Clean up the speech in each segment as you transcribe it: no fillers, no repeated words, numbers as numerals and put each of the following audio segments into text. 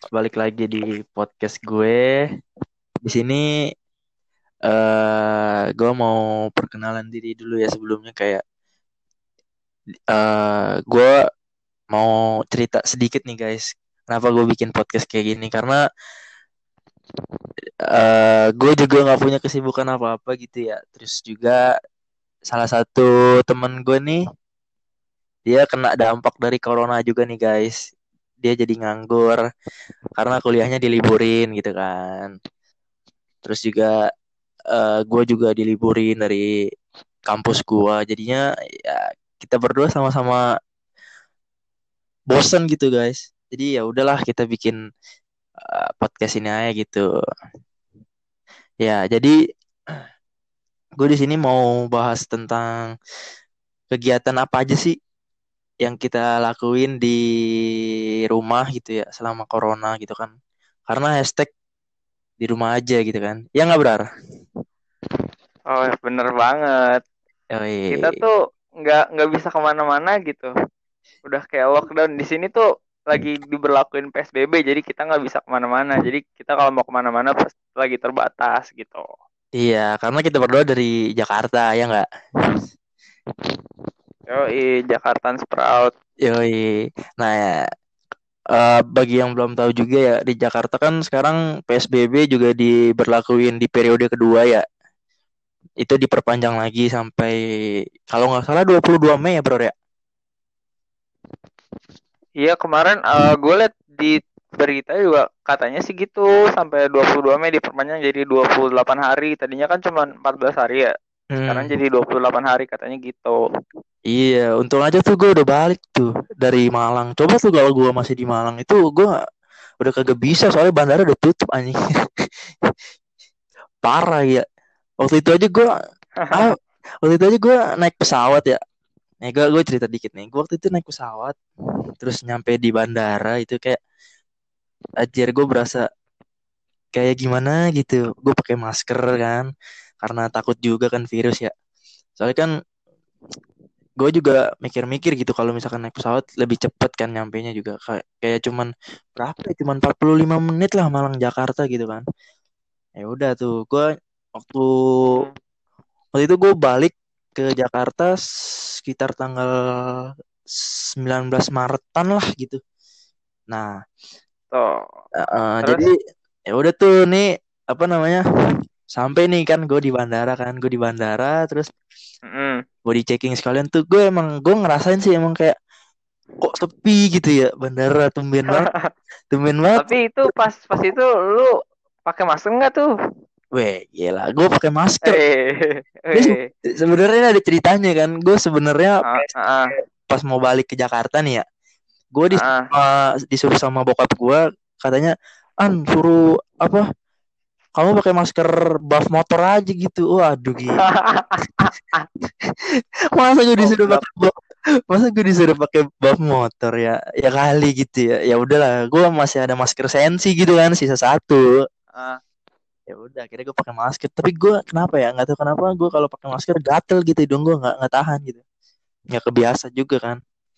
balik lagi di podcast gue. Di sini gue mau perkenalan diri dulu ya sebelumnya kayak gue mau cerita sedikit nih guys. Kenapa gue bikin podcast kayak gini? Karena gue juga nggak punya kesibukan apa-apa gitu ya. Terus juga salah satu temen gue nih dia kena dampak dari corona juga nih guys. Dia jadi nganggur karena kuliahnya diliburin gitu kan. Terus juga gue juga diliburin dari kampus gue. Jadinya ya kita berdua sama-sama bosen gitu guys. Jadi ya udahlah kita bikin podcast ini aja gitu. Ya jadi gue di sini mau bahas tentang kegiatan apa aja sih yang kita lakuin di rumah gitu ya selama corona gitu kan. Karena hashtag di rumah aja gitu kan. Ya nggak benar? Oh, bener banget. Kita Yoi. tuh nggak bisa kemana-mana gitu. Udah kayak lockdown di sini tuh lagi diberlakuin PSBB, jadi kita nggak bisa kemana-mana. Jadi kita kalau mau kemana-mana pas lagi terbatas gitu. Iya, karena kita berdua dari Jakarta ya nggak? Yoi, Jakarta Sprout. Yoi. Nah, ya, bagi yang belum tahu juga ya, di Jakarta kan sekarang PSBB juga diberlakuin di periode kedua ya. Itu diperpanjang lagi sampai kalau nggak salah 22 Mei ya, Bro ya. Iya, kemarin gue liat di berita juga katanya sih gitu, sampai 22 Mei diperpanjang jadi 28 hari. Tadinya kan cuma 14 hari ya. Sekarang Hmm. jadi 28 hari katanya gitu. Iya, untung aja tuh gue udah balik tuh dari Malang. Coba tuh kalau gue masih di Malang itu gue udah kagak bisa soalnya bandara udah tutup anjing. Parah ya. Waktu itu aja gue ah, waktu itu aja gue naik pesawat ya. Nih gue cerita dikit nih. Gue waktu itu naik pesawat terus nyampe di bandara itu kayak anjir gue berasa kayak gimana gitu. Gue pakai masker kan karena takut juga kan virus ya. Soalnya kan gue juga mikir-mikir gitu kalau misalkan naik pesawat lebih cepet kan nyampainya juga kayak cuman berapa ya cuman 45 menit lah Malang Jakarta gitu kan. Ya udah tuh gue waktu Hmm, waktu itu gue balik ke Jakarta sekitar tanggal 19 Maretan lah gitu. Nah, tuh. jadi Terus, ya udah tuh nih apa namanya sampai nih kan gue di bandara terus mm. body checking sekalian tuh gue ngerasain sih emang kayak kok sepi gitu ya bandara tumben banget. Tapi itu pas itu lu pakai masker nggak tuh? Weh gila gue pakai masker. Ini Eh. sebenarnya ada ceritanya kan gue sebenarnya Ah, ah, pas mau balik ke Jakarta nih ya gue ah. disuruh sama bokap gue katanya suruh apa kamu pakai masker buff motor aja gitu. Waduh gila. Masa gue disuruh Goblok. pakai buff masa gue disuruh pakai buff motor ya ya kali gitu ya ya udahlah gue masih ada masker sensi gitu kan sisa satu. Ah, Ya udah akhirnya gue pakai masker tapi gue kenapa ya nggak tahu kenapa gue kalau pakai masker gatel gitu hidung gue nggak tahan gitu nggak kebiasa juga kan.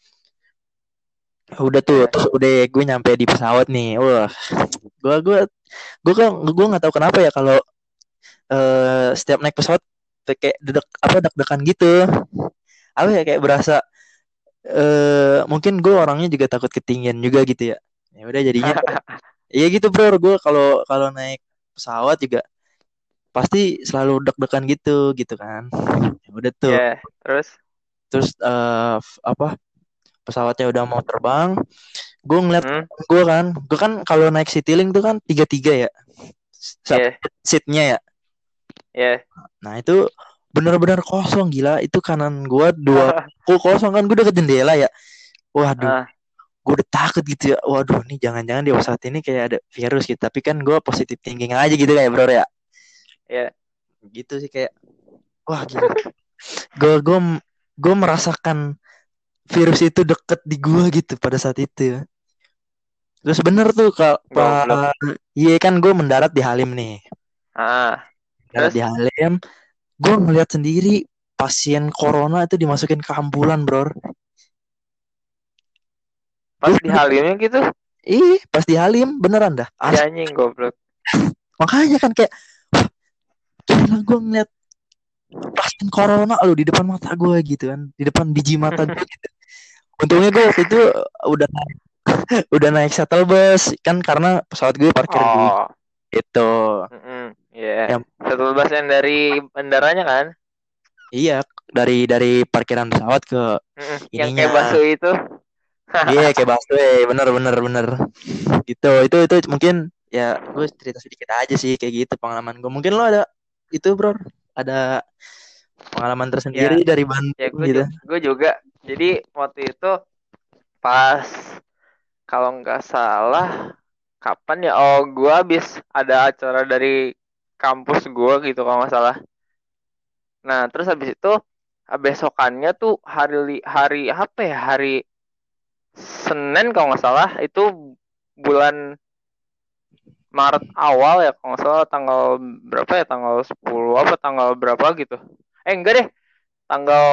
Udah tuh ya. terus udah gue nyampe di pesawat nih wah gue gue gue nggak tahu kenapa ya kalau setiap naik pesawat kayak deg-degan gitu apa ya kayak berasa mungkin gue orangnya juga takut ketinggian juga gitu ya ya udah jadinya iya gitu bro gue kalau kalau naik pesawat juga pasti selalu deg-degan gitu gitu kan ya udah tuh Ya, terus. terus apa pesawatnya udah mau terbang gue ngeliat Hmm, gue kan kalau naik Citylink tuh kan tiga tiga ya ya, seatnya ya. ya. Nah itu benar-benar kosong gila. Itu kanan gua dua kok kosong kan gue udah ke jendela ya. Waduh, Ah, gue udah takut gitu ya. Waduh, nih jangan-jangan di pesawat ini kayak ada virus gitu. Tapi kan gue positif thinking aja gitu kayak bro ya. ya. Gitu sih kayak wah gila. Gue gue merasakan virus itu deket di gua gitu pada saat itu. Terus bener tuh kalau Goblok. iya kan gue mendarat di Halim nih. Ah, Mendarat terus di Halim, gue ngeliat sendiri pasien corona itu dimasukin ke ambulan bro. pas di Halimnya gitu. Ih, pas di Halim beneran dah. Ya anjing goblok. Makanya kan kayak gila gue ngeliat pasien corona lu di depan mata gue gitu kan, di depan biji mata gue gitu. Untungnya gue waktu itu udah udah naik shuttle bus kan karena pesawat gue parkir di Oh, itu. ya. Yang Shuttle bus yang dari bandaranya kan? iya dari parkiran pesawat ke Yang ininya. kayak bakso itu. Iya kayak busway, bener bener bener gitu. Itu mungkin ya gue cerita sedikit aja sih kayak gitu pengalaman gue. Mungkin lo ada itu bro, ada pengalaman tersendiri Ya, dari ya Bandung gitu. gue juga. Jadi waktu itu pas kalau nggak salah kapan ya? Oh, gue habis ada acara dari kampus gue gitu kalau nggak salah. Nah, terus habis itu besokannya tuh hari apa ya? Hari Senin kalau nggak salah itu bulan Maret awal ya kalau nggak salah tanggal berapa ya, tanggal 10 apa tanggal berapa gitu. Enggak deh, tanggal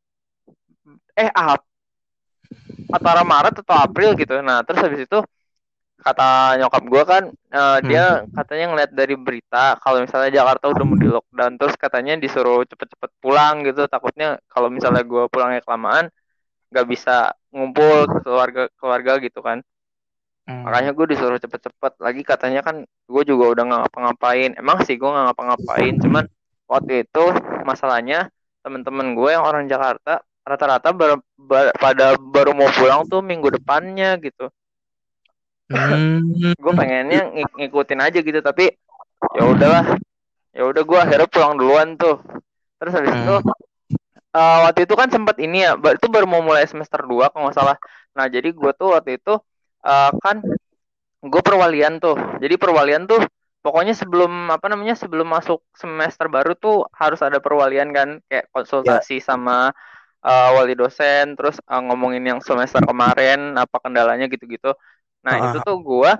ah antara Maret atau April gitu. Nah terus habis itu kata nyokap gue kan, dia Hmm. katanya ngeliat dari berita kalau misalnya Jakarta udah mau di lockdown, terus katanya disuruh cepet-cepet pulang gitu, takutnya kalau misalnya gue pulangnya kelamaan nggak bisa ngumpul keluarga keluarga gitu kan. Hmm. Makanya gue disuruh cepet-cepet lagi, katanya kan gue juga udah nggak ngapa-ngapain. Emang sih gue nggak ngapa-ngapain, cuman waktu itu masalahnya temen-temen gue yang orang Jakarta rata-rata pada baru mau pulang tuh minggu depannya gitu. Hmm. Gue pengennya ngikutin aja gitu, tapi ya udahlah, ya udah gue akhirnya pulang duluan tuh. Terus habis itu Hmm. waktu itu kan sempat ini ya, itu baru mau mulai semester 2 kalau nggak salah. Nah jadi gue tuh waktu itu kan gue perwalian tuh. Jadi perwalian tuh pokoknya sebelum apa namanya, sebelum masuk semester baru tuh harus ada perwalian kan, kayak Ya. konsultasi sama wali dosen, terus ngomongin yang semester kemarin apa kendalanya gitu-gitu. Nah itu Ah, tuh gue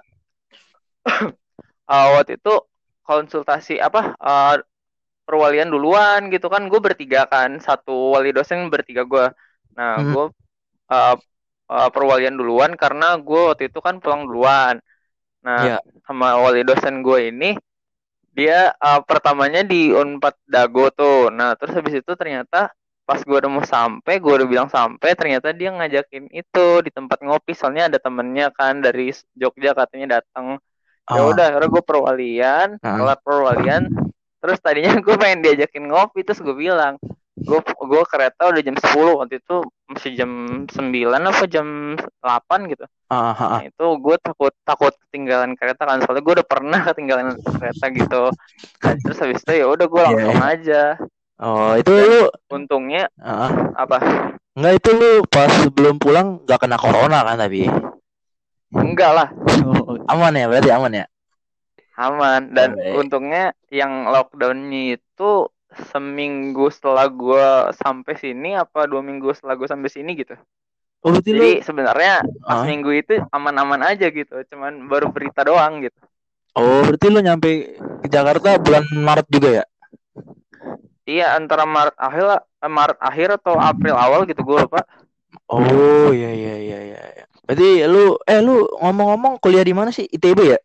waktu itu konsultasi apa perwalian duluan gitu kan, gue bertiga kan, satu wali dosen bertiga gue. Nah hmm. gue uh, perwalian duluan karena gue waktu itu kan pulang duluan. Nah, Ya. sama wali dosen gue ini, dia pertamanya di Unpad Dago tuh. Nah, terus habis itu ternyata pas gue udah mau sampai, gue udah bilang sampai, ternyata dia ngajakin itu di tempat ngopi. Soalnya ada temennya kan dari Jogja katanya datang. Ya Oh. udah, akhirnya gue perwalian, Nah. kelar perwalian. Terus tadinya gue pengen diajakin ngopi, terus gue bilang, gue kereta udah jam 10, waktu itu masih jam 9 apa jam 8 gitu. Ah, ah, Nah ah. itu gue takut takut ketinggalan kereta kan, soalnya gue udah pernah ketinggalan kereta gitu. Nah terus habis itu ya udah gue Iya, langsung iya. aja. Oh, itu Dan lu untungnya apa, enggak itu lu pas sebelum pulang nggak kena corona kan tapi. enggak lah, Oh, aman ya berarti aman ya. aman. Dan Oh, baik. untungnya yang lockdownnya itu seminggu setelah gue sampai sini apa 2 minggu setelah gue sampai sini gitu. Oh, berarti lu Jadi sebenarnya pas ah. minggu itu aman-aman aja gitu, cuman baru berita doang gitu. Oh, berarti lu nyampe ke Jakarta bulan Maret juga ya? Iya, antara Maret akhir atau April awal gitu, gue lupa. Oh, iya iya iya iya. Iya. Berarti lu ngomong-ngomong kuliah di mana sih? ITB ya?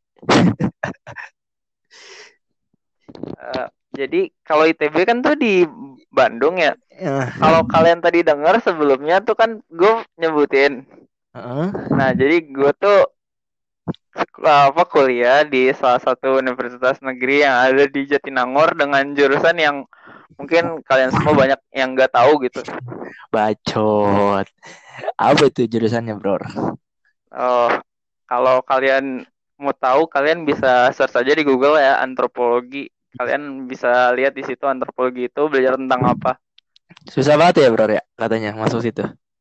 Jadi kalau ITB kan tuh di Bandung ya. Eh, Kalau kalian tadi dengar sebelumnya tuh kan gue nyebutin. heeh. Nah, jadi gue tuh apa kuliah di salah satu universitas negeri yang ada di Jatinangor dengan jurusan yang mungkin kalian semua banyak yang nggak tahu gitu. Bacot. Apa itu jurusannya, Bro? Oh, kalau kalian mau tahu, kalian bisa search aja di Google ya, antropologi. Kalian bisa lihat di situ antropologi itu belajar tentang apa. Susah banget ya, Bro ya, katanya masuk situ.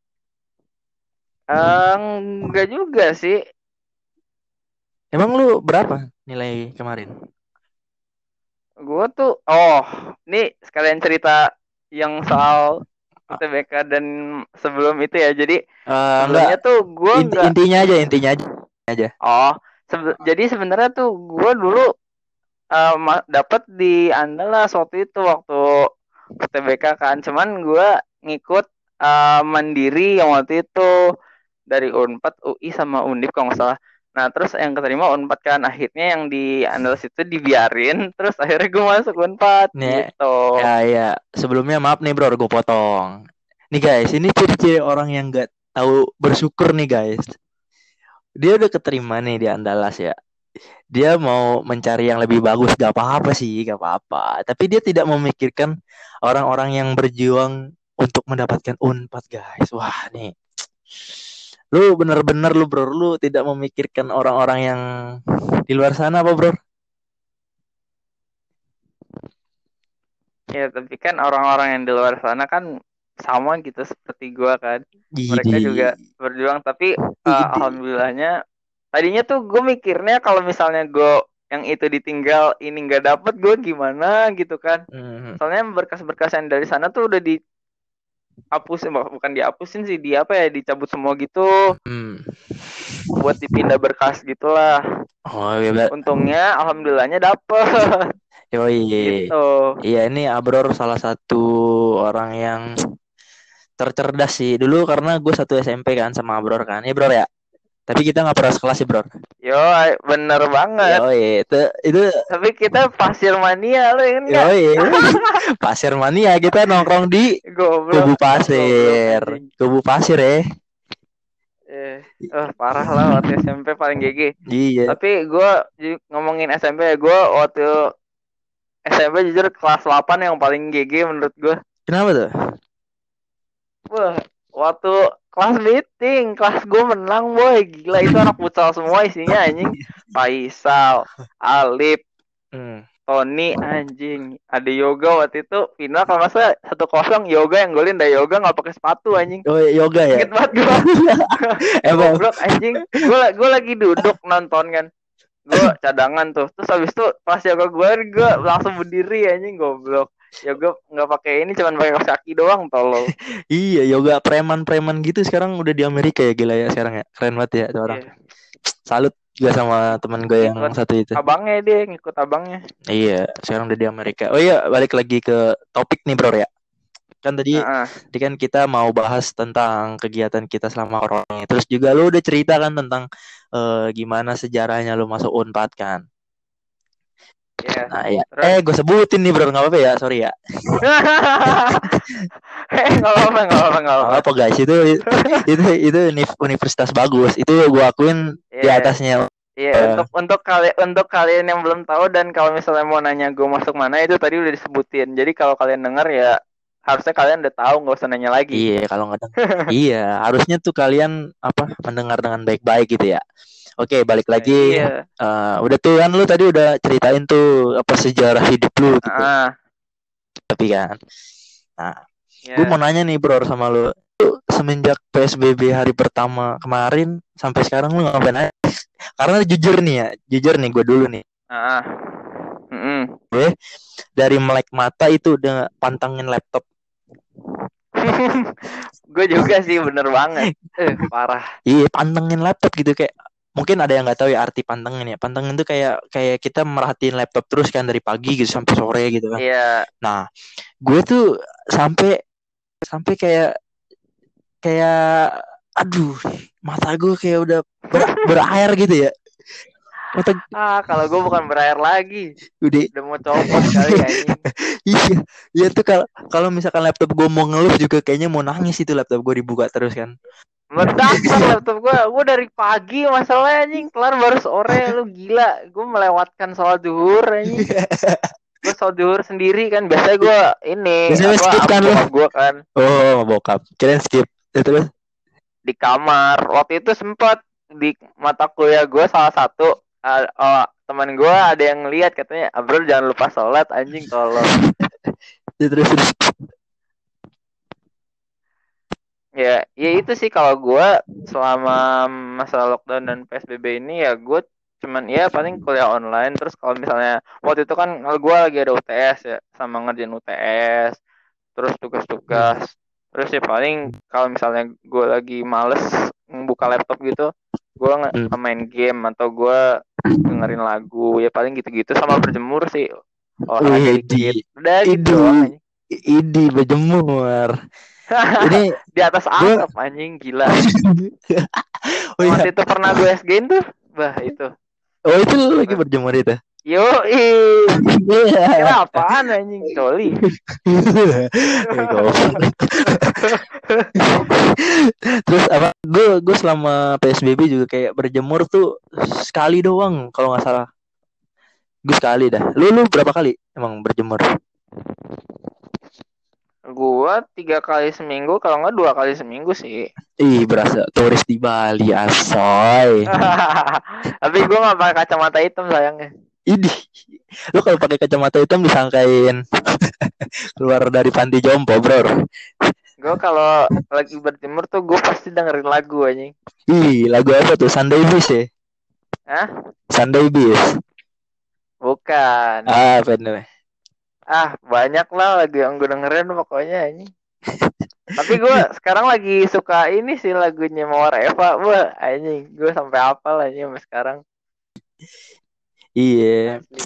Enggak juga sih. Emang lu berapa nilai kemarin? Gue tuh, ini sekalian cerita yang soal UTBK dan sebelum itu ya. Jadi Enggak, sebelumnya tuh gue nggak. intinya aja. Oh, jadi sebenarnya tuh gue dulu dapat di Andalas waktu itu waktu UTBK kan. Cuman gue ngikut mandiri yang waktu itu dari Unpad, UI sama Undip kalau nggak salah. Nah terus yang keterima Unpad kan, akhirnya yang di Andalas itu dibiarin, terus akhirnya gue masuk Unpad Nih, gitu. ya, sebelumnya maaf nih bro, gue potong. Nih guys, ini ciri-ciri orang yang nggak tahu bersyukur nih guys. Dia udah keterima nih di Andalas ya. Dia mau mencari yang lebih bagus, gak apa-apa sih, gak apa-apa. Tapi dia tidak memikirkan orang-orang yang berjuang untuk mendapatkan Unpad guys. Wah nih, lu bener-bener lu bro, lu tidak memikirkan orang-orang yang di luar sana apa bro? Ya tapi kan orang-orang yang di luar sana kan sama gitu seperti gue kan, mereka Ide, juga berjuang. Tapi ide. alhamdulillahnya tadinya tuh gue mikirnya kalau misalnya gue yang itu ditinggal ini nggak dapet, gue gimana gitu kan. Hmm, Soalnya berkas-berkas yang dari sana tuh udah dihapusin, bukan dihapusin sih, di apa ya, dicabut semua gitu hmm. buat dipindah berkas gitulah. Oh iya, Untungnya alhamdulillahnya dapet yoi. gitu. Iya ini Abror salah satu orang yang tercerdas sih. Dulu karena gue satu SMP kan sama Abror kan. Ya Bror ya. Tapi kita nggak pernah sekelas sih Bror. Yo, bener banget. Yoi, itu Tapi kita pasir mania lo kan nggak? yoi. Pasir mania kita nongkrong di Goblok, Kubu goblok Pasir. anjing. Kubu Pasir ya. Eh, parah lah waktu SMP paling GG. Iya. Tapi gue ngomongin SMP, gue waktu SMP jujur kelas 8 yang paling GG menurut gue. Kenapa tuh? Wah, waktu kelas meeting, kelas gue menang boy. Gila, itu anak futsal semua isinya anjing. Faisal, Alip, Hmm. Tony, anjing. Ada Yoga waktu itu final kalau nggak salah 1-0, Yoga yang golin, dah Yoga nggak pakai sepatu anjing. Oh yoga ya. Ingat banget gue. Emang. Goblok anjing. Gue lagi duduk nonton kan. Gue cadangan tuh. Terus habis itu pas Yoga gue langsung berdiri anjing, goblok. Yoga nggak pakai ini, cuman pakai kaos kaki doang, tolol. Iya yoga preman-preman gitu sekarang udah di Amerika ya gila ya sekarang ya. Keren banget ya tuh orang. Iya. Salut juga sama teman gue yang Ngikut satu itu. abangnya, dia ngikut abangnya. Iya, sekarang udah di Amerika. Oh iya, balik lagi ke topik nih, Bro ya. Kan Heeh. tadi kan kita mau bahas tentang kegiatan kita selama corona. Terus juga lu udah cerita kan tentang gimana sejarahnya lu masuk Unpad kan. Iya. Nah, ya. Terus Gue sebutin nih, Bro, nggak apa-apa ya, sorry ya. nggak apa-apa, nggak apa-apa, nggak Nggak apa-apa. apa guys, itu universitas bagus. Itu gue akuin di Iya. atasnya. Iya, untuk kalian yang belum tahu, dan kalau misalnya mau nanya gue masuk mana, itu tadi udah disebutin. Jadi kalau kalian denger ya harusnya kalian udah tahu, nggak usah nanya lagi. Iya, kalau nggak iya, harusnya tuh kalian apa mendengar dengan baik-baik gitu ya. Oke, balik lagi. Iya. Udah tuh kan lu tadi udah ceritain tuh apa sejarah hidup lu gitu. Ah, Tapi kan, nah, gue mau ya. nanya nih bro sama lu. Lu semenjak PSBB hari pertama kemarin sampai sekarang lu ngapain aja? Karena jujur nih gue dulu nih. Ah. Mm-mm. Gue dari melek mata itu udah pantengin laptop. Gue juga sih, bener banget. Parah. Iya, pantengin laptop gitu kayak mungkin ada yang nggak tahu ya arti pantengin ya. Pantengin tuh kayak kita merhatiin laptop terus kan dari pagi gitu sampai sore gitu kan. Iya. Nah, gue tuh sampai sampai kayak aduh, mata gue kayak udah berair gitu ya. Mata Kalau gue bukan berair lagi, udah udah mau copot kali anjing. iya, iya tuh kalau kalau misalkan laptop gue mau ngeluh juga kayaknya mau nangis itu laptop gue dibuka terus kan. Meledak kan laptop gue dari pagi, masalahnya anjing, kelar baru sore. Lu gila, gue melewatkan sholat zuhur anjing. Gue sholat zuhur sendiri kan, biasanya gue ini Biasanya apa, skip kan lu? bokap gue kan Oh, bokap. Kirain skip. Ya, terus di kamar. Waktu itu sempet di mata kuliah gue salah satu, teman gue ada yang lihat, katanya, Bro jangan lupa sholat anjing, tolong. terus. Ya itu sih kalau gue selama masa lockdown dan PSBB ini, ya gue cuman ya paling kuliah online. Terus kalau misalnya waktu itu kan gue lagi ada UTS ya, sama ngerjain UTS, terus tugas-tugas. Terus ya paling kalau misalnya gue lagi males buka laptop gitu, gue main game atau gue dengerin lagu, ya paling gitu-gitu, sama berjemur sih, olahraga dikit, udah gitu doang. Idi berjemur. Ini di atas atap anjing, gila. oh iya. Waktu itu pernah gue SG-in tuh. Bah itu. Oh itu lu lagi Bah. berjemur itu. Yo, kira apaan anjing coli? Goblok. Terus apa? Gue selama PSBB juga kayak berjemur tuh sekali doang kalau nggak salah. Gue sekali dah. Lu berapa kali emang berjemur? Gua 3 kali seminggu, kalau nggak 2 kali seminggu sih. Ih, berasa turis di Bali, asoy. Tapi gua nggak pakai kacamata hitam sayangnya. Ini, lu kalau pakai kacamata hitam disangkain keluar dari panti jompo, bro. Gua kalau lagi berjemur tuh gua pasti dengerin lagu anjing. Ih, lagu apa tuh? Sunday Beast ya? Hah? Sunday Beast. Bukan. Ah, bener. Banyak lah lagu yang gue dengerin pokoknya ini. Tapi gue sekarang lagi suka ini sih lagunya Mawar Eva. Wah, anjing, gue sampai hafal aja sampai sekarang. Iya. Asli.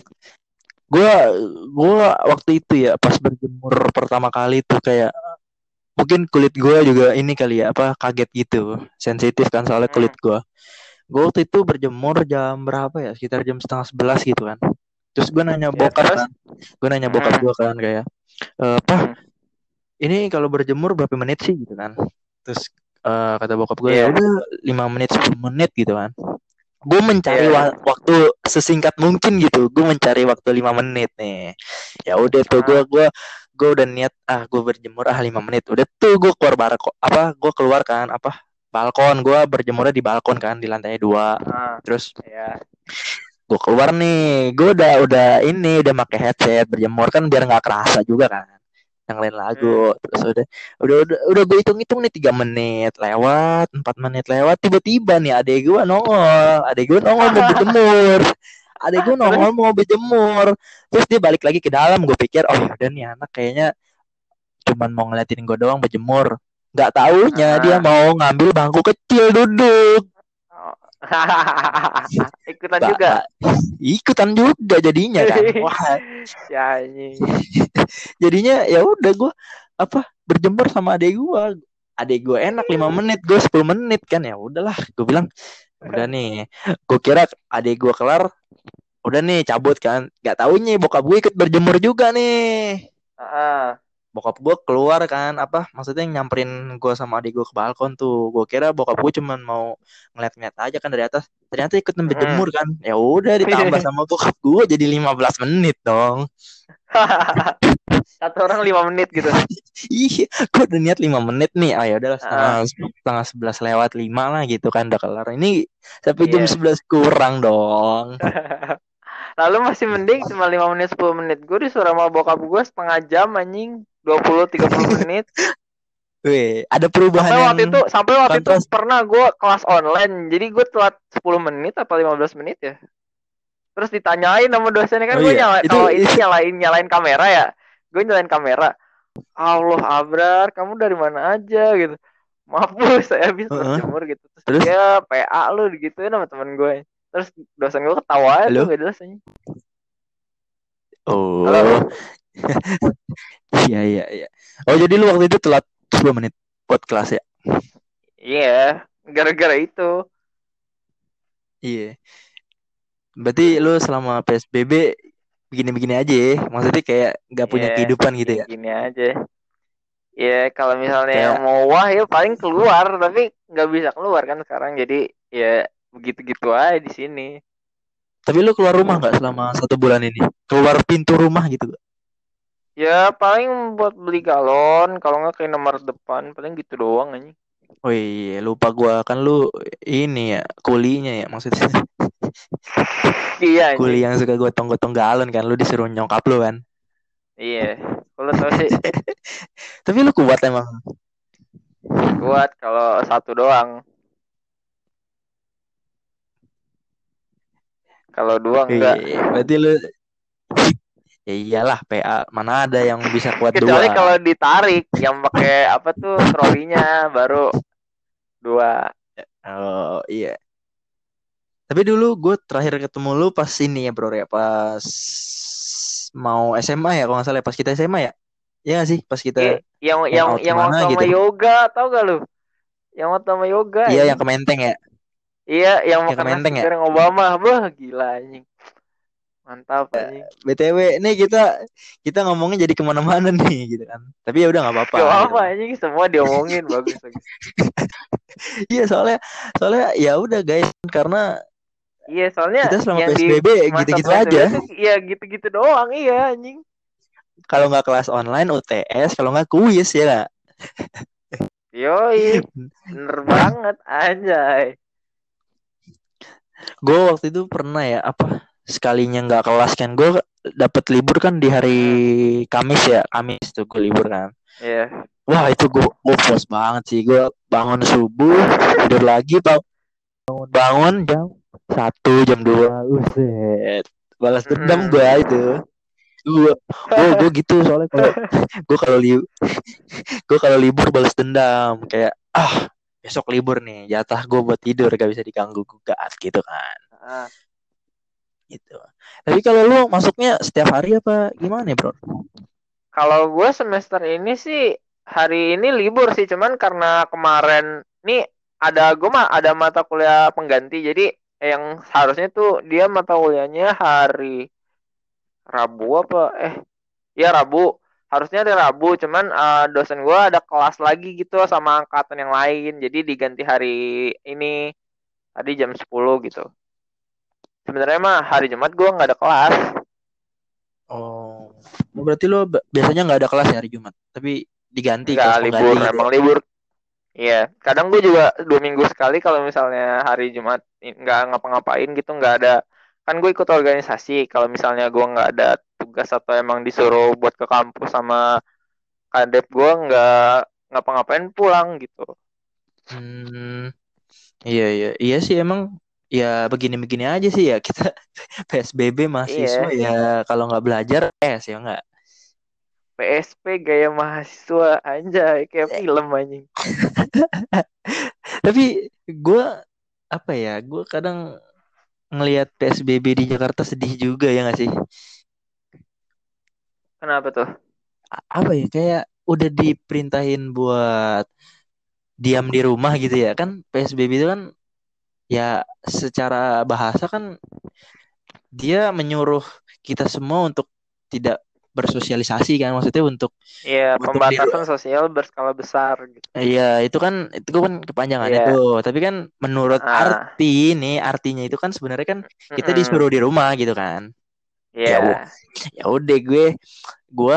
Gua waktu itu ya pas berjemur pertama kali tuh kayak mungkin kulit gua juga ini kali ya apa kaget gitu. Sensitif kan soalnya kulit Hmm, gua waktu itu berjemur jam berapa ya? Sekitar jam setengah 11 gitu kan. Terus gue nanya ya bokap terus? kan. Gue nanya bokap Hmm, gue kan kayak Pak, hmm, ini kalau berjemur berapa menit sih gitu kan. Terus kata bokap gue ya iya, udah 5 menit 10 menit gitu kan. Gue mencari iya. waktu sesingkat mungkin gitu. Gue mencari waktu 5 menit nih. Ya udah tuh gue Ah, gue gue udah niat gue berjemur 5 menit. Udah tuh gue keluar gue keluar kan apa balkon. Gue berjemurnya di balkon kan di lantai 2. ah, Terus ya. gue keluar nih. Gue udah ini udah pakai headset berjemur kan biar nggak kerasa juga kan. Yang lain lagu. Hmm. Terus udah gue hitung-hitung nih 3 menit lewat, 4 menit lewat, tiba-tiba nih adek gue nongol mau berjemur, adek gue nongol Terus? mau berjemur, terus dia balik lagi ke dalam. Gue pikir oh udah nih anak kayaknya cuman mau ngeliatin gue doang berjemur, nggak taunya dia Ah. mau ngambil bangku kecil duduk. Oh. Ikutan Mbak, juga. ikutan juga jadinya kan. Wah, Si anjing. jadinya ya udah gue apa berjemur sama adek gue enak 5 menit, gue 10 menit kan. Ya udahlah gue bilang udah nih, gue kira adek gue kelar udah nih cabut kan, nggak taunya bokap gue ikut berjemur juga nih. Ah. Bokap gue keluar kan apa maksudnya nyamperin gue sama adik gue ke balkon tuh. Gue kira bokap gue cuman mau ngeliat-ngeliat aja kan dari atas, ternyata ikut Hmm. berjemur kan. Ya udah ditambah sama bokap gue jadi 15 menit dong. Satu orang 5 menit gitu. Iya, gue udah niat 5 menit nih. Ya udahlah setengah Ah, setengah 11 lewat 5 lah gitu kan udah kelar. Ini sampai jam iya. 11 kurang dong. Lalu masih mending cuma 5 menit 10 menit. Gue disuruh sama bokap gue setengah jam anjing. 20 30 menit. Weh, ada perubahan yang Sampai waktu itu kontras. pernah gue kelas online. Jadi gue telat 10 menit apa 15 menit ya. Terus ditanyain sama dosennya kan Oh gue iya, kalau itu nyalain kamera ya. Gue nyalain kamera. Allah Abrar, kamu dari mana aja gitu. Maaf bu, saya habis Heeh. berjemur gitu. Terus Terus ya PA lu digituin sama temen gue. Terus dosen gue ketawa tuh halo? gak jelas aja. Oh, Halo. iya iya iya. Oh, jadi lu waktu itu telat 10 menit buat kelas ya? Iya, gara-gara itu. Iya. Berarti lu selama PSBB begini-begini aja ya? Maksudnya kayak nggak Iya, punya kehidupan gitu ya? gini-gini aja. Ya kalau misalnya Kayak, mau wah ya paling keluar, tapi nggak bisa keluar kan sekarang. Jadi ya begitu-gitu aja di sini. tapi lu keluar rumah nggak selama 1 bulan ini? Keluar pintu rumah gitu? Ya paling buat beli galon, kalau nggak ke nomor depan, paling gitu doang aja. Oh iya, lupa gua kan lu ini ya kulinya ya maksudnya. Iya Kuli anjing. yang suka gotong-gotong galon kan, lu disuruh nyongkap lu kan. Iya. Kalau tau sih Tapi lu kuat emang. kuat kalau satu doang. Kalau dua enggak. Wih, berarti lu ya iyalah PA mana ada yang bisa kuat Kecuali dua. kalau ditarik yang pakai apa tuh trolinya baru dua. Oh iya. Tapi dulu gue terakhir ketemu lu pas ini ya bro ya pas mau SMA ya kalau nggak salah ya, pas kita SMA ya. Iya nggak sih pas kita Iya, yang yang hangout yang kemana waktu sama gitu. yoga, tau gak lu? Yang waktu sama yoga Iya ini. yang ke Menteng ya. Iya, yang Kayak ke makan nasi Menteng ya. goreng Obama. Bah, gila anjing. Mantap anjing. BTW nih kita ngomongnya jadi kemana-mana nih gitu kan. Tapi ya udah nggak apa-apa Gak gitu apa kan. anjing, semua diomongin bagus bagus. Iya soalnya soalnya ya udah guys karena Iya, soalnya kita selama yang di PSBB masa gitu-gitu PSBB aja. tuh ya gitu-gitu doang, iya anjing. Kalau nggak kelas online UTS, kalau nggak kuis ya nggak. Yoi, bener banget anjay. Gue waktu itu pernah ya apa sekalinya nggak kelas kan gue dapat libur kan di hari Hmm, Kamis ya Kamis tuh gue libur kan. iya. Wah itu gue puas banget sih gue bangun subuh tidur lagi bangun jam 1 jam 2 uset balas dendam gue Mm-mm. itu gue gitu soalnya kalau gue kalau li gue kalau libur balas dendam kayak besok libur nih jatah gue buat tidur gak bisa diganggu gugat gitu kan Ah, gitu. Tapi kalau lu masuknya setiap hari apa gimana ya, Bro? kalau gue semester ini sih hari ini libur sih, cuman karena kemarin nih gue mah ada mata kuliah pengganti, jadi yang harusnya tuh dia mata kuliahnya hari Rabu apa ya Rabu, harusnya ada Rabu, cuman dosen gue ada kelas lagi gitu sama angkatan yang lain, jadi diganti hari ini, tadi jam 10 gitu. Sebenarnya mah hari Jumat gue nggak ada kelas. Oh, berarti lu biasanya nggak ada kelas ya hari Jumat, tapi diganti Nggak kelas pengganti libur, gitu ya? emang libur. Iya, kadang gue juga 2 minggu sekali kalau misalnya hari Jumat nggak ngapa-ngapain gitu, nggak ada. Kan gue ikut organisasi. Kalau misalnya gue nggak ada tugas atau emang disuruh buat ke kampus sama kadep gue, nggak ngapa-ngapain, pulang gitu. Hmm, iya iya iya sih emang ya begini-begini aja sih ya kita PSBB mahasiswa Iya, ya kalau nggak belajar ya nggak. PSP gaya mahasiswa anjay kayak film anjing. Tapi gue apa ya, gue kadang ngelihat PSBB di Jakarta sedih juga ya nggak sih? Kenapa tuh? Apa ya kayak udah diperintahin buat diam di rumah gitu ya kan PSBB itu kan ya secara bahasa kan dia menyuruh kita semua untuk tidak bersosialisasi kan maksudnya Iya, untuk di pembatasan sosial berskala besar gitu. iya itu kan kepanjangannya Iya. tuh tapi kan menurut Ah, artinya itu kan sebenarnya kan kita mm-mm. disuruh di rumah gitu kan ya Iya. ya udah gue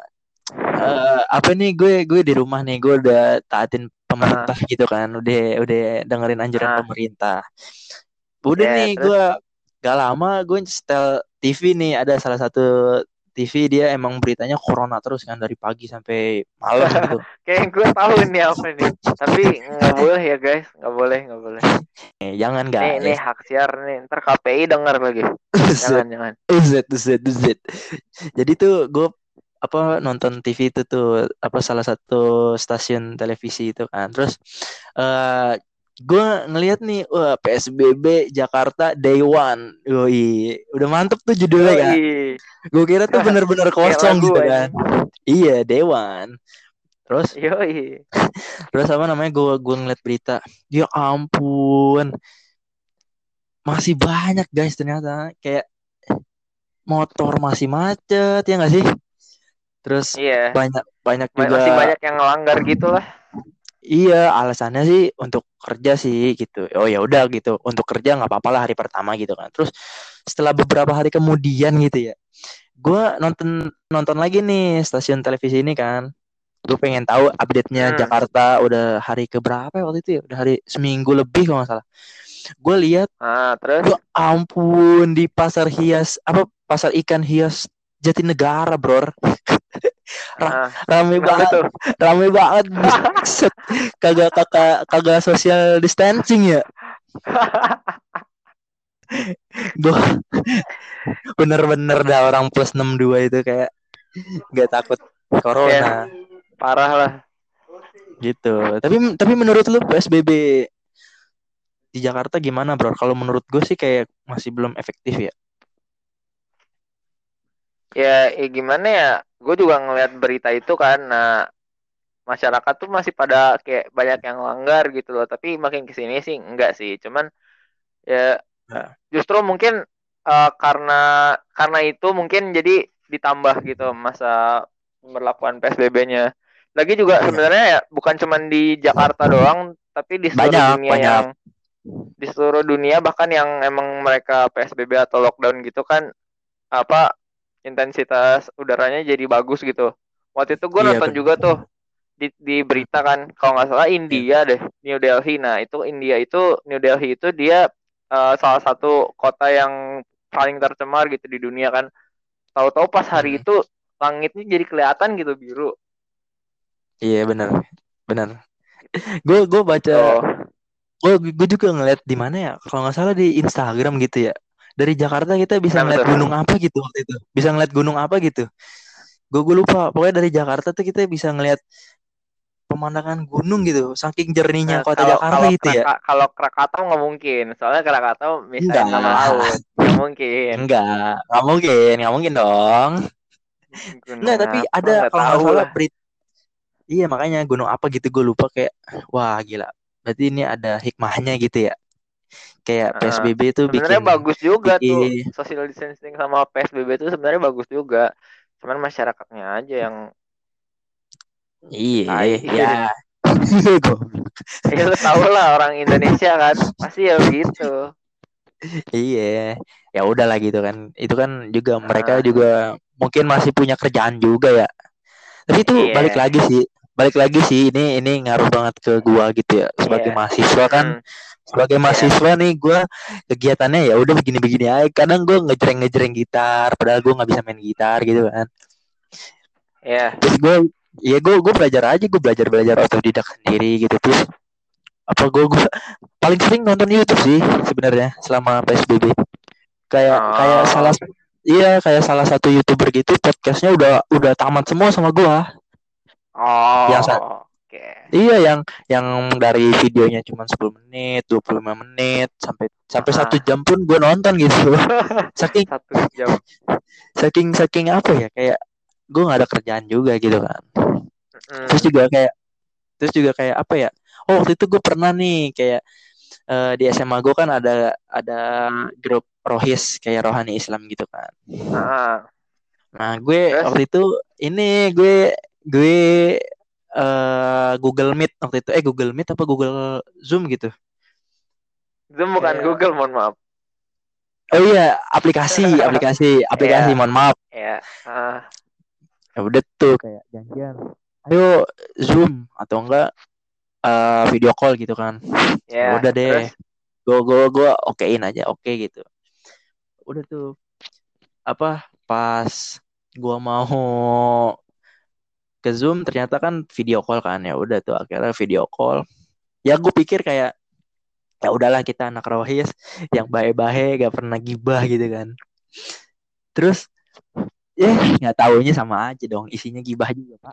apa nih gue di rumah nih gue udah taatin Ah, pemerintah gitu kan udah dengerin anjuran ah, pemerintah udah ya nih terus. gue gak lama gue setel TV nih ada salah satu TV dia emang beritanya corona terus kan dari pagi sampai malam gitu. Kayak gue tahu ini apa nih. Tapi nggak boleh ya guys, nggak boleh, nggak boleh. Jangan Nih guys. hak siar nih. Ntar KPI denger lagi. Uset, Jangan, jangan. uset. Jadi tuh gue apa nonton TV itu tuh apa salah satu stasiun televisi itu kan. Terus eh gue ngelihat nih wah PSBB Jakarta Day One. Woi, udah mantep tuh judulnya kan. Yoi. Gue kira tuh bener-bener Kayak kosong lagu gitu kan. anjing. Iya, Day One. Terus Yoi. terus apa namanya gue ngeliat berita. Ya ampun, masih banyak guys ternyata kayak motor masih macet ya nggak sih? Terus Iya. banyak banyak Masih juga banyak yang ngelanggar gitu lah. iya alasannya sih untuk kerja sih gitu. Oh ya udah gitu untuk kerja nggak apa-apa lah hari pertama gitu kan. Terus setelah beberapa hari kemudian gitu ya, gue nonton nonton lagi nih stasiun televisi ini kan. Gue pengen tahu update-nya Hmm. Jakarta udah hari keberapa ya waktu itu ya? Udah hari seminggu lebih kalau nggak salah. Gue lihat, Ah, terus. ya ampun di pasar hias apa pasar ikan hias Jatinegara, bro. Ah, Rame kenapa banget, tuh? rame banget, buset. Kagak kagak kagak social distancing ya. Gue bener-bener dah orang plus 62 itu kayak nggak takut Ya, corona parah lah. gitu. Tapi menurut lu PSBB di Jakarta gimana, bro? Kalau menurut gue sih kayak masih belum efektif ya. Ya gimana ya? Gue juga ngeliat berita itu kan. Nah, masyarakat tuh masih pada kayak banyak yang langgar gitu loh. Tapi makin kesini sih enggak sih. Cuman Ya Nah, justru mungkin karena itu mungkin jadi ditambah gitu masa pemberlakuan PSBB-nya. Lagi juga iya. sebenarnya ya bukan cuman di Jakarta doang, tapi di seluruh Banyak, dunia banyak. bahkan yang emang mereka PSBB atau lockdown gitu kan apa intensitas udaranya jadi bagus gitu. Waktu itu gue Iya nonton benar. juga tuh di berita Hmm, kan kalau nggak salah iya. India deh, New Delhi. Nah itu India itu New Delhi itu dia salah satu kota yang paling tercemar gitu di dunia kan. Tahu-tahu pas hari Hmm, itu langitnya jadi kelihatan gitu biru iya benar. Benar. Gue baca, gitu. gue juga ngeliat di mana ya? Kalau nggak salah di Instagram gitu ya. Dari Jakarta kita bisa Kenapa ngeliat tuh? gunung apa gitu waktu itu. Bisa ngeliat gunung apa gitu. Gue lupa. Pokoknya dari Jakarta tuh kita bisa ngeliat pemandangan gunung gitu. Saking jernihnya Nah, kota kalau Jakarta kalau gitu ya. kalau Krakatau nggak mungkin, soalnya Krakatau misahin sama Enggak, laut, nggak mungkin. nggak mungkin dong. Enggak, Gunung tapi apa ada nggak kalau nggak tahu salah lah. iya makanya gunung apa gitu gue lupa kayak wah gila. Berarti ini ada hikmahnya gitu ya. Kayak Heeh. PSBB itu Sebenarnya bikin bagus juga tuh bikin social distancing sama PSBB itu sebenarnya bagus juga. Cuman masyarakatnya aja yang iya tai. ya. Goblok. Ya lu tau lah orang Indonesia kan pasti ya begitu. Iya, ya udahlah gitu kan. Itu kan juga mereka Ah, juga mungkin masih punya kerjaan juga ya. Tapi itu balik iya, lagi sih. Balik lagi sih ini ngaruh banget ke gua gitu ya. Sebagai iya, mahasiswa kan, mm, sebagai iya, mahasiswa nih gua kegiatannya ya udah begini-begini aja. Kadang gua ngejreng-ngejreng gitar padahal gua nggak bisa main gitar gitu kan. iya. Terus gue belajar aja, gue belajar otodidak sendiri gitu. Terus apa gue paling sering nonton YouTube sih sebenarnya selama PSBB. Kayak salah Oh, iya kayak salah satu YouTuber gitu podcastnya udah tamat semua sama gua. Yang oh, oke. iya yang dari videonya cuma 10 menit, 25 menit sampai sampai satu Ah, jam pun gue nonton gitu. Saking 1 jam. saking saking apa ya kayak gue nggak ada kerjaan juga gitu kan. Terus Mm, juga kayak terus juga kayak apa ya? Oh waktu itu gue pernah nih kayak di SMA gue kan ada grup Rohis kayak rohani Islam gitu kan. ah, Nah, gue terus waktu itu ini gue Google Meet waktu itu Google Meet apa Google Zoom gitu. Zoom bukan Kayak Google, mohon maaf. oh iya, aplikasi Ya, mohon maaf. ya. Ya udah tuh kayak janjian. Ayo Zoom atau enggak video call gitu kan. Ya Ya, udah deh. terus Gue okein aja, oke gitu. Udah tuh apa pas gua mau ke Zoom ternyata kan video call kan ya udah tuh akhirnya video call ya gue pikir kayak ya udahlah kita anak rohis yang baik-baik gak pernah gibah gitu kan terus ya nggak taunya sama aja dong isinya gibah juga pak.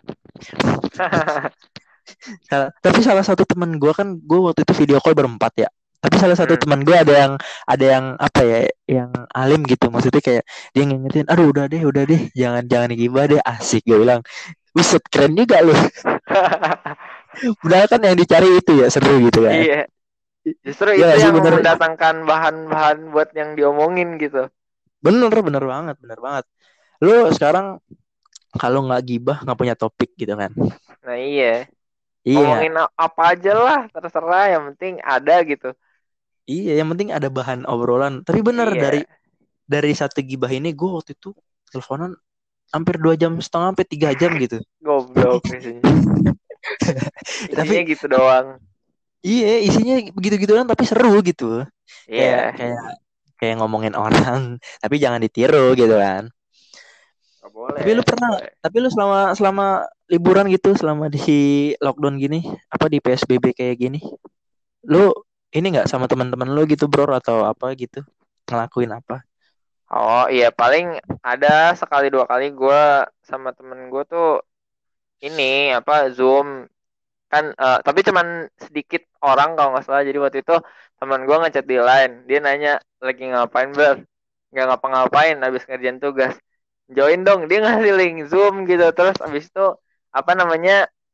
Tapi salah satu teman gue kan gue waktu itu video call berempat ya tapi salah satu hmm. teman gue ada yang apa ya yang alim gitu maksudnya kayak dia ngingetin aduh udah deh jangan gibah deh asik gue bilang buset keren juga loh. Padahal kan yang dicari itu ya seru gitu kan. Iya, justru Ya itu gak sih yang bener mendatangkan bahan-bahan buat yang diomongin gitu. bener banget. Lu sekarang kalau nggak gibah nggak punya topik gitu kan. Nah iya, Iya, ngomongin apa aja lah, terserah, yang penting ada gitu. iya yang penting ada bahan obrolan. Tapi bener dari Iya, dari satu gibah ini gue waktu itu teleponan hampir 2 jam setengah sampai 3 jam gitu. goblok isinya. Isinya Tapi gitu doang. iya isinya begitu-gitu kan tapi seru gitu. Kayak Iya, kayak kayak ngomongin orang tapi jangan ditiru gitu kan. nggak Tapi boleh, lu nggak pernah, boleh. tapi lu selama selama liburan gitu, selama di lockdown gini, apa di PSBB kayak gini, lu ini nggak sama teman-teman lu gitu bro atau apa gitu, ngelakuin apa? Oh iya, paling ada sekali dua kali gue sama temen gue tuh ini apa Zoom kan, tapi cuman sedikit orang kalau nggak salah. Jadi waktu itu teman gue ngechat di line, dia nanya lagi ngapain ber, nggak ngapa-ngapain habis ngerjain tugas, join dong, dia ngasih link Zoom gitu. Terus abis itu apa namanya,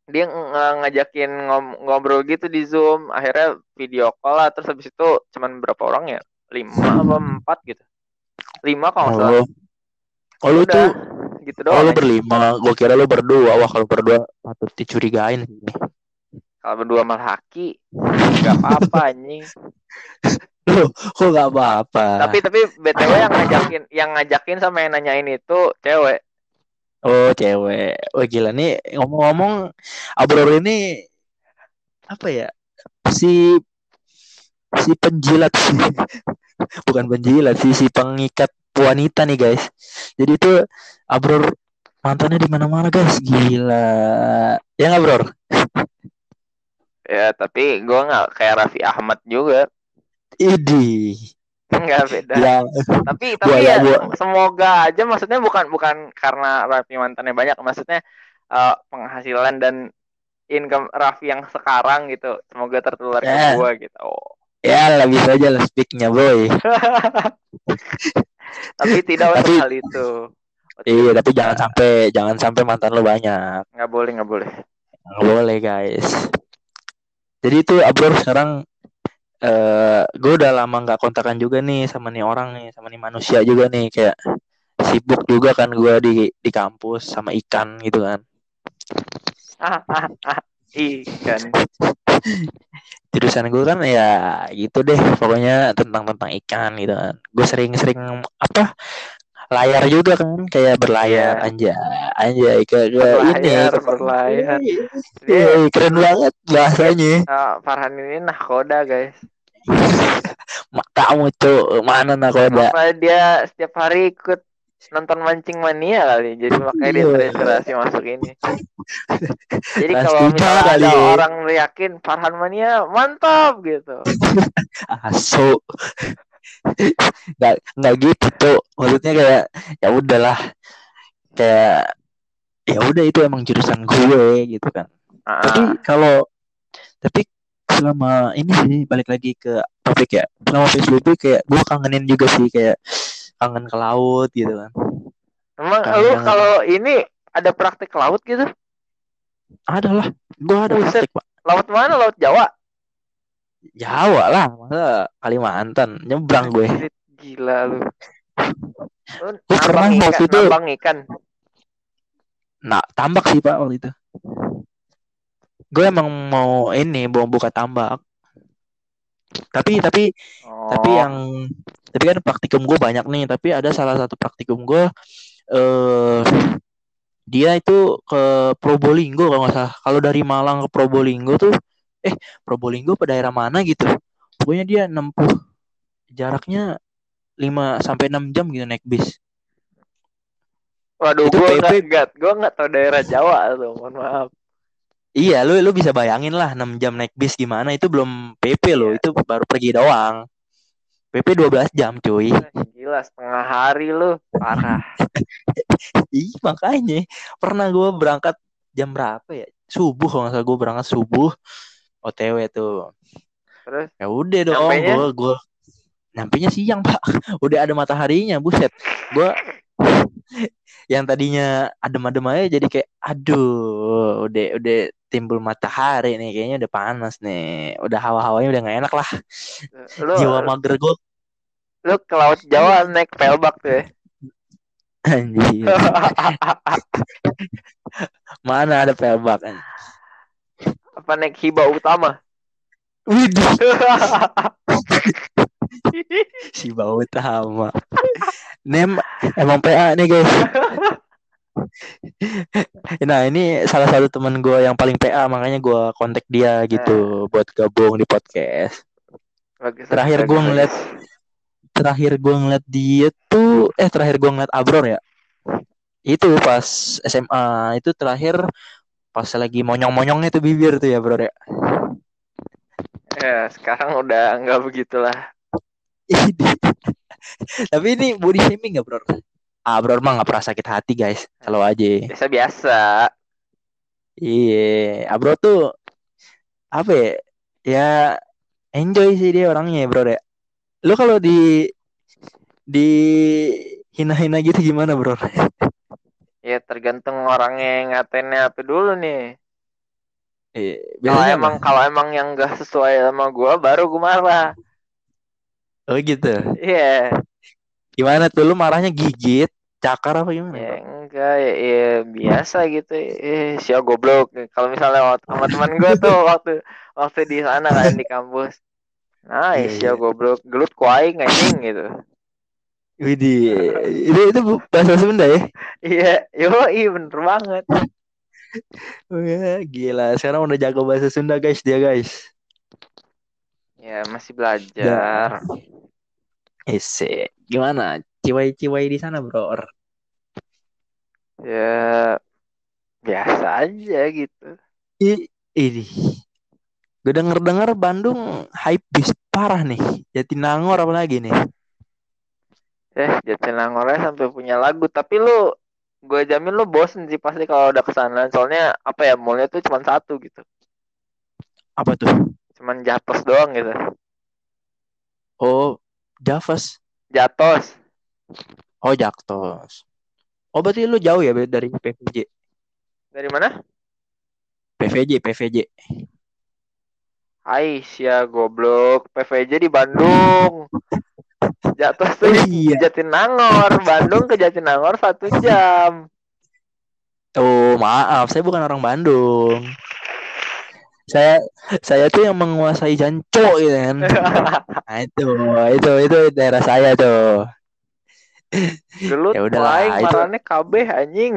dia ngajakin ngobrol gitu di Zoom, akhirnya video call lah, terus habis itu cuman berapa orang ya, 5 apa 4 gitu, 5 kalau nggak salah. Oh, oh Ya lu udah tuh, gitu oh doang lu aja. berlima. Gua kira lu berdua. Wah kalau berdua patut dicurigain sih. Kalau berdua malah haki nggak apa-apa anjing. Loh, kok gak apa-apa? Tapi BTW yang ngajakin sama yang nanyain itu cewek. Oh cewek. Wah gila nih ngomong-ngomong Abror ini apa ya? Si si penjilat sih. Bukan penjilat sih, si pengikat wanita nih guys. Jadi itu Abror mantannya di mana-mana guys. Gila. Ya nggak Bror? Ya tapi gue nggak kayak Raffi Ahmad juga. Idi. Nggak beda. Ya Tapi buaya ya buaya. semoga aja, maksudnya bukan bukan karena Raffi mantannya banyak, maksudnya penghasilan dan income Raffi yang sekarang gitu semoga tertular ke Ya, gua gitu. Oh. ya lah bisa aja lah speaknya boy. Tapi tidak untuk Tapi hal itu. Oh, iya, tapi tidak. jangan sampai mantan lo banyak. Nggak boleh, nggak boleh. Nggak boleh guys. Jadi itu Abror sekarang gue udah lama nggak kontakan juga nih sama nih orang nih, sama nih manusia juga nih, kayak sibuk juga kan gue di kampus sama ikan gitu kan. Ikan. Jurusan gue kan ya gitu deh, pokoknya tentang ikan gitu kan. Gue sering-sering apa layar juga kan, kayak berlayar Iya. anjay ke ini Berlayar, ke berlayar. Dia Iya, keren banget dia bahasanya. Farhan ini nahkoda, guys. Mak kamu tuh mana nakoda? Apa dia setiap hari ikut nonton Mancing Mania kali, jadi makanya dia Iya, terinspirasi masuk ini. Jadi Trans kalau 7 misalnya kali ada ya. orang yakin Farhan Mania mantap gitu. Asu. Nggak gitu tuh. Maksudnya kayak ya udahlah, kayak ya udah itu emang jurusan gue gitu kan. Tapi Ah, kalau tapi selama ini sih balik lagi ke topik ya. Selama PSBB kayak gue kangenin juga sih, kayak kangen ke laut gitu kan. emang lu Kangen-kangen. kalau ini ada praktik laut gitu? Ada lah. Gue ada Buset, praktek, Pak. laut mana? Laut Jawa? Jawa lah, masa Kalimantan. Nyebrang gue. Anjrit, gila lu. Lu Gue pernah waktu itu nambang ikan. tambak sih Pak waktu itu. Gue emang mau ini mau buka tambak. Tapi tapi Oh, yang tapi kan praktikum gue banyak nih. Tapi ada salah satu praktikum gue eh dia itu ke Probolinggo kalau nggak salah. Kalau dari Malang ke Probolinggo tuh Probolinggo ke daerah mana gitu. Pokoknya dia nempuh jaraknya 5 sampai 6 jam gitu naik bis. waduh, Itu gue PP. nggak tahu daerah Jawa tuh, mohon maaf. Iya, lu bisa bayangin lah 6 jam naik bis gimana, itu belum PP loh, Iya, itu baru pergi doang. PP 12 jam, cuy. gila setengah hari lu, parah. Ih, makanya pernah gue berangkat jam berapa ya? Subuh kalau nggak salah, gue berangkat subuh OTW tuh. Terus Ya udah dong, nyampainya gue nyampainya siang, Pak. Udah ada mataharinya, buset. Gue yang tadinya adem-adem aja jadi kayak aduh, udah timbul matahari nih, kayaknya udah panas nih. Udah hawa-hawanya udah nggak enak lah. lu Jiwa mager gue. lu ke Laut Jawa naik pelbak tuh ya. Anjir. Mana ada pelbak. Apa naik Hiba Utama? Widih, si bau utama. Nem emang PA nih guys. Nah ini salah satu teman gue yang paling PA, makanya gue kontak dia Nah, gitu buat gabung di podcast. bagus bagus Terakhir gue bagus ngeliat bagus. terakhir gue ngeliat dia tuh terakhir gue ngeliat Abror ya. Itu pas SMA itu terakhir, pas lagi monyong-monyongnya tuh bibir tuh ya bro ya. Ya, sekarang udah nggak begitulah. Tapi ini body shaming gak bro? Ah bro mah gak pernah sakit hati guys, selalu aja. Biasa biasa. Iya, Abro tuh apa ya? Ya enjoy sih dia orangnya bro ya. Lu kalau di hina-hina gitu gimana bro? Ya tergantung orangnya ngatennya apa dulu nih. Kalau Biasanya apa? emang kalau emang yang enggak sesuai sama gua baru gua marah. Oh gitu. Iya. Gimana tuh lu marahnya gigit, cakar apa gimana, Ya bro? enggak ya, ya biasa gitu. Sia goblok. Kalau misalnya sama teman gua tuh waktu waktu di sana kan di kampus. Nah, Iya sia iya. goblok, gelut kuaing anjing gitu. Widih, itu bahasa Sunda ya? Iya, yo, iya bener banget. Wah, gila, sekarang udah jago bahasa Sunda guys dia guys. Ya masih belajar. Dah, ese. Gimana? Ciwai-ciwai di sana, bro? Ya biasa aja gitu. Ini, gue denger-denger Bandung hype bis parah nih. Jatinangor apalagi nih. Jatinangornya sampai punya lagu, tapi gue jamin lu bosen sih pasti kalau udah kesana. Soalnya apa ya, mallnya tuh cuma satu gitu. Apa tuh? Cuman Jatos doang gitu. Oh, Javas. Jatos. Oh, Jaktos. Oh, berarti lu jauh ya dari PVJ? Dari mana? PVJ, PVJ. Aisyah goblok. PVJ di Bandung. Jatos tuh Oh di iya. Jatinangor. Bandung ke Jatinangor 1 jam. Oh, maaf, saya bukan orang Bandung. Saya saya tuh yang menguasai Janco gitu kan. Nah, itu daerah saya tuh. Gelut Ya paling udahlah, itu. marane kabeh anjing.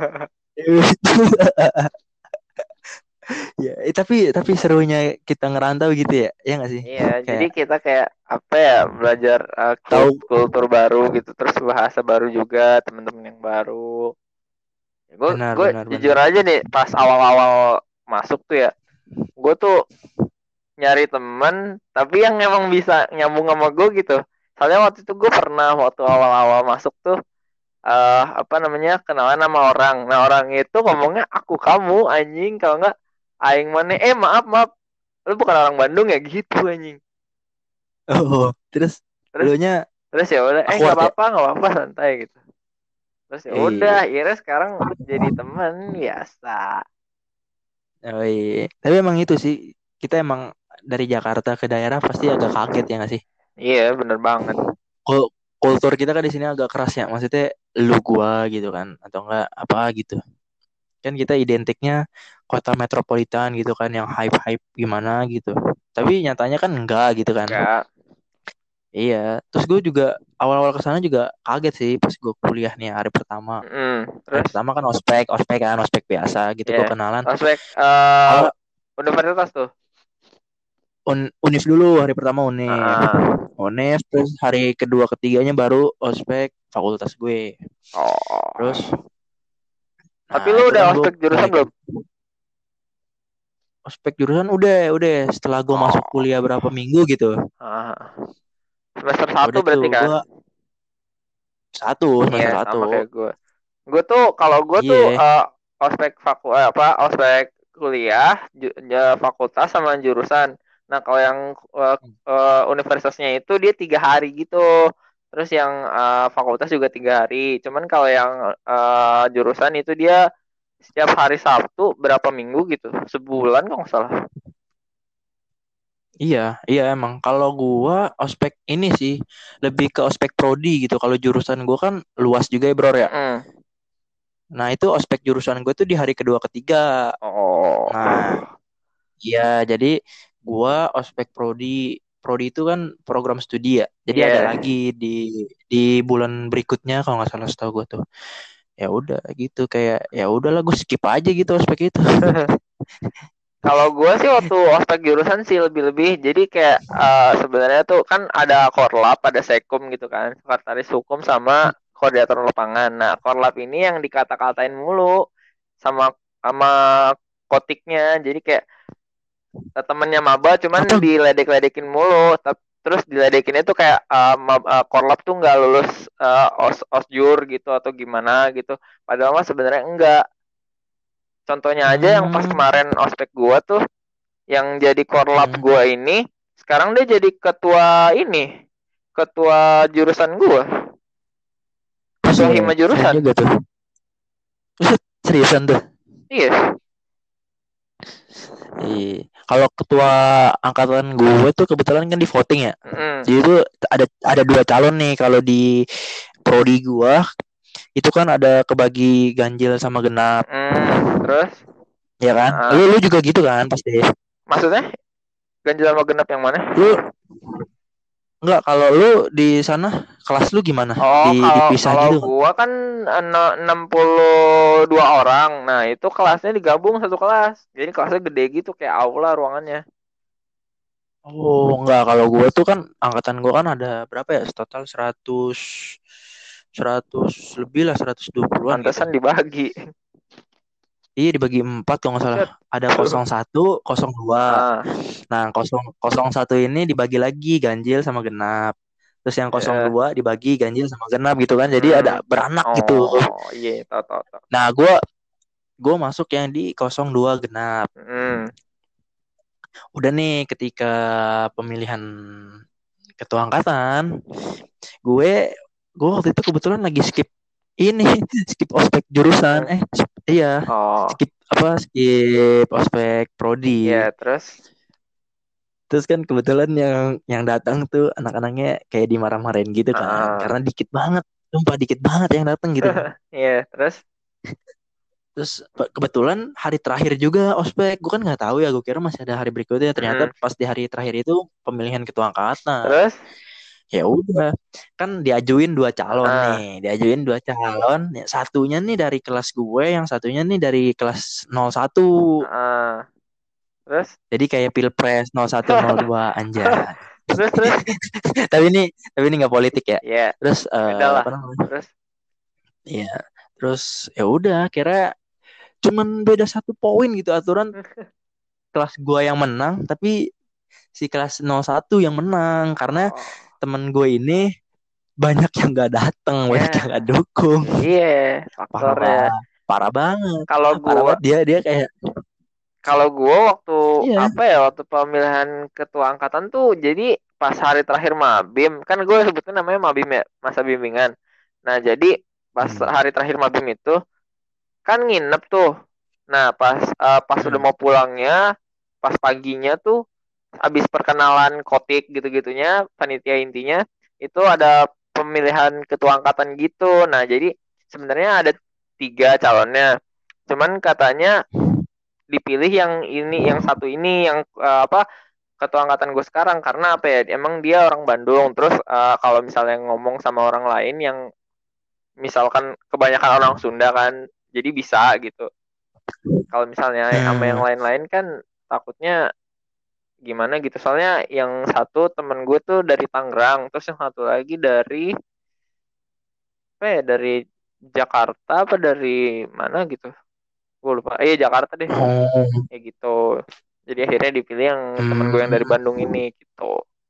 Ya, tapi serunya kita ngerantau gitu ya. Ya nggak sih? Iya, jadi Kayak kita kayak apa ya, belajar tahu kultur baru gitu, terus bahasa baru juga, teman-teman yang baru. Gue benar gue benar jujur benar. aja nih, pas awal-awal masuk tuh ya, gue tuh nyari temen, tapi yang emang bisa nyambung sama gue gitu. Soalnya waktu itu gue pernah waktu awal-awal masuk tuh, apa namanya, kenalan sama orang. Nah orang itu ngomongnya aku kamu anjing, kalau nggak aing mana, maaf maaf, lu bukan orang Bandung ya gitu anjing. Oh, terus Terus lu nya terus ya udah, awkward ya? nggak apa apa santai gitu. Terus ya udah, Iya. akhirnya sekarang jadi teman biasa. Oh, iya. Tapi emang itu sih, kita emang dari Jakarta ke daerah pasti agak kaget ya nggak sih? Iya bener banget. Kultur kita kan di sini agak keras ya, maksudnya lu gua gitu kan, atau enggak apa gitu. Kan kita identiknya kota metropolitan gitu kan, yang hype-hype gimana gitu. Tapi nyatanya kan enggak gitu kan. Enggak. Iya, terus gue juga awal-awal ke sana juga kaget sih pas gue kuliah nih hari pertama. Hari Terus pertama kan ospek kan, ospek biasa gitu gue ya, kenalan. ospek Awal universitas tuh. Unif dulu hari pertama Unif. Ah, Unif terus hari kedua ketiganya baru ospek fakultas gue. Terus oh. Tapi nah lu itu udah kan gue ospek jurusan mulai ke belum? ospek jurusan udah setelah gue masuk Oh. kuliah berapa minggu gitu. Ah. Semester Ya satu udah tuh berarti kan? gue Iya, semester satu. sama kayak gue. Gue tuh kalau gue tuh Iya. ospek ospek kuliah, fakultas sama jurusan. Nah kalau yang universitasnya itu dia 3 hari gitu. Terus yang fakultas juga 3 hari. Cuman kalau yang jurusan itu dia setiap hari Sabtu berapa minggu gitu, sebulan kok nggak salah. Iya, iya emang. Kalau gua ospek ini sih lebih ke ospek prodi gitu. Kalau jurusan gua kan luas juga ya, Bro ya. Mm-mm. Nah, itu ospek jurusan gue tuh di hari kedua ketiga. Nah, Oh, iya jadi gua ospek prodi. Prodi itu kan program studi ya. Jadi ada iya. lagi di bulan berikutnya kalau nggak salah setahu gua tuh. Ya udah gitu kayak ya udahlah gue skip aja gitu ospek itu. Kalau gue sih waktu ospek jurusan sih lebih-lebih. Jadi kayak sebenarnya tuh kan ada korlap, ada sekum gitu kan, sekretaris hukum sama koordinator lapangan. Nah, korlap ini yang dikata-katain mulu sama sama kotiknya. Jadi kayak temennya maba cuman Apa? diledek-ledekin mulu. Terus diledekinnya tuh kayak korlap tuh nggak lulus osjur gitu atau gimana gitu. Padahal mah sebenarnya enggak. Contohnya aja yang pas Hmm, kemarin ospek gua tuh, yang jadi korlap hmm. gua ini sekarang dia jadi ketua ini, ketua jurusan gua, ketua hima Buset, keren jurusan. juga tuh. Buset, seriusan tuh. Iya. Iya. Kalau ketua angkatan gue tuh kebetulan kan di voting ya. Mm-mm. Jadi itu ada dua calon nih kalau di prodi gua itu kan ada kebagi ganjil sama genap, Terus, ya kan? ah, Lu juga gitu kan pasti. maksudnya ganjil sama genap yang mana? Lu enggak kalau lu di sana kelas lu gimana? Oh, kalau Dipisah kalau gitu nggak? gua kan 62 orang. Nah, itu kelasnya digabung satu kelas. Jadi kelasnya gede gitu kayak aula ruangannya. Oh, enggak. Kalau gua tuh kan angkatan gua kan ada berapa ya? Total 100 lebih lah 120-an gitu. Pantesan dibagi. Iya dibagi empat kalau nggak salah. Buset. Ada 01, 02. Ah, Nah, 01 ini dibagi lagi ganjil sama genap. Terus yang ya. 02 dibagi ganjil sama genap gitu kan. Jadi ada Hmm. beranak gitu. Oh, iya, tahu tahu tahu. Nah, gua masuk yang di 02 genap. Hmm. Udah nih ketika pemilihan ketua angkatan, gue gue waktu itu kebetulan lagi skip ini skip ospek jurusan iya Oh, skip ospek prodi. ya terus. Terus kan kebetulan yang datang tuh anak-anaknya kayak dimarah-marahin gitu kan Ah, karena dikit banget, sumpah dikit banget yang datang gitu kan. iya, terus. Terus kebetulan hari terakhir juga ospek, gue kan nggak tahu ya, gue kira masih ada hari berikutnya, ternyata Mm-mm. pas di hari terakhir itu pemilihan ketua angkatan. Terus. Ya udah, kan diajuin dua calon nih, Ah, diajuin dua calon, ya, satunya nih dari kelas gue, yang satunya nih dari kelas 01. ah, terus. Jadi kayak pilpres 01 02 anjay. Terus. Tapi ini nggak politik ya. Ya, Terus beda lah. apa namanya? Terus. Iya. Terus ya udah, kira cuman beda 1 poin gitu aturan, kelas gue yang menang, tapi si kelas 01 yang menang karena Oh, temen gue ini banyak yang gak datang, banyak yang gak ya, dukung. iya, Parah faktornya. banget, parah banget, Kalau parah gua, banget, dia kayak kalau gua waktu iya. apa ya, waktu pemilihan ketua angkatan tuh, jadi pas hari terakhir mabim, kan gue sebutnya namanya mabim ya, masa bimbingan. Nah, jadi pas Hmm. hari terakhir mabim itu kan nginep tuh. Nah, pas udah Hmm. mau pulangnya, pas paginya tuh habis perkenalan kotik gitu-gitunya, panitia intinya itu ada pemilihan ketua angkatan gitu. Nah, jadi sebenarnya ada 3 calonnya. Cuman katanya dipilih yang ini, yang satu ini, yang apa, ketua angkatan gue sekarang, karena apa ya? Emang dia orang Bandung. Terus kalau misalnya ngomong sama orang lain yang misalkan kebanyakan orang Sunda kan, jadi bisa gitu. Kalau misalnya sama yang Hmm. lain-lain kan takutnya gimana gitu. Soalnya yang satu temen gue tuh dari Tangerang, terus yang satu lagi dari apa ya, dari Jakarta apa dari mana gitu. Gue lupa. Jakarta deh. Oh. Kayak gitu. Jadi akhirnya dipilih yang temen gue yang dari Hmm. Bandung ini gitu.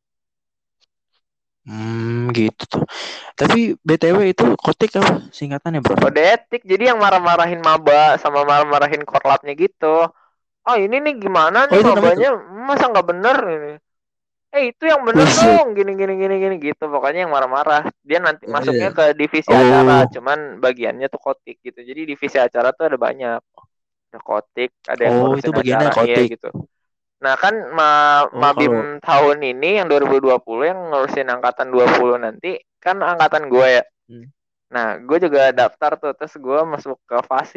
Gitu tuh. Tapi BTW itu kotik apa singkatannya, bro? Kode etik, jadi yang marah-marahin maba sama marah-marahin korlapnya gitu. Ah, ini nih gimana Oh nih itu namanya tuh. mabanya, masa nggak bener ini. Itu yang bener Buset. dong, gini gini gini gini gitu. Pokoknya yang marah-marah. Dia nanti Oh, masuknya iya. ke divisi acara, Oh. cuman bagiannya tuh kotik gitu. Jadi divisi acara tuh ada banyak. Ada kotik, ada yang Oh itu ngurusin bagiannya acara, iya kotik. gitu. Nah kan Oh kalau Mabim tahun ini yang 2020 yang ngurusin angkatan 20 nanti kan angkatan gue ya. hmm. Nah, gue juga daftar tuh, terus gue masuk ke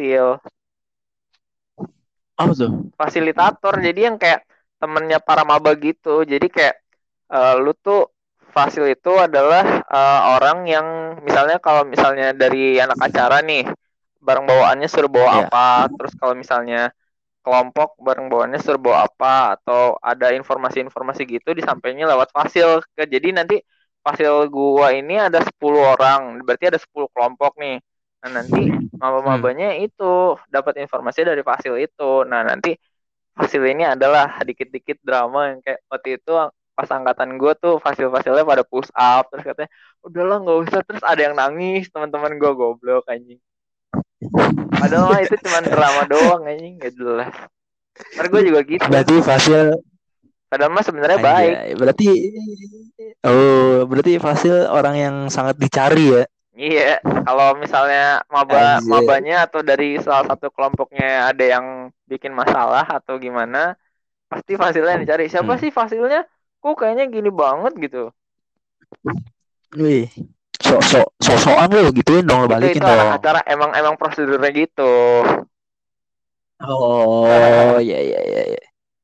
Apa tuh? fasilitator. Jadi yang kayak temennya para maba gitu. Jadi kayak lu tuh fasil itu adalah orang yang misalnya kalau misalnya dari anak acara nih barang bawaannya suruh bawa Ya. apa, terus kalau misalnya kelompok bareng bawaannya suruh bawa apa, atau ada informasi-informasi gitu disampaikannya lewat fasil. Jadi nanti fasil gua ini ada 10 orang, berarti ada 10 kelompok nih. Nah, nanti Hmm. maba-mabanya itu dapat informasi dari fasil itu. Nah, nanti fasil ini adalah dikit-dikit drama yang kayak waktu itu pas angkatan gue tuh fasil-fasilnya pada push up, terus katanya udahlah nggak usah, terus ada yang nangis, teman-teman gue goblok anjing. Padahal mah itu cuma drama doang anjing, gak jelas. Ntar gue juga gitu. Berarti Fasil Padahal mah sebenarnya baik. anjay. Berarti Fasil orang yang sangat dicari ya. Iya, kalau misalnya Anjay. mabanya atau dari salah satu kelompoknya ada yang bikin masalah atau gimana, pasti Fasilnya yang dicari. Siapa Hmm. sih Fasilnya? Kok kayaknya gini banget gitu. Wih, sok-sokan lo gituin dong, lo Itu balikin anak dong. acara emang prosedurnya gitu. Oh, iya iya iya. Iya.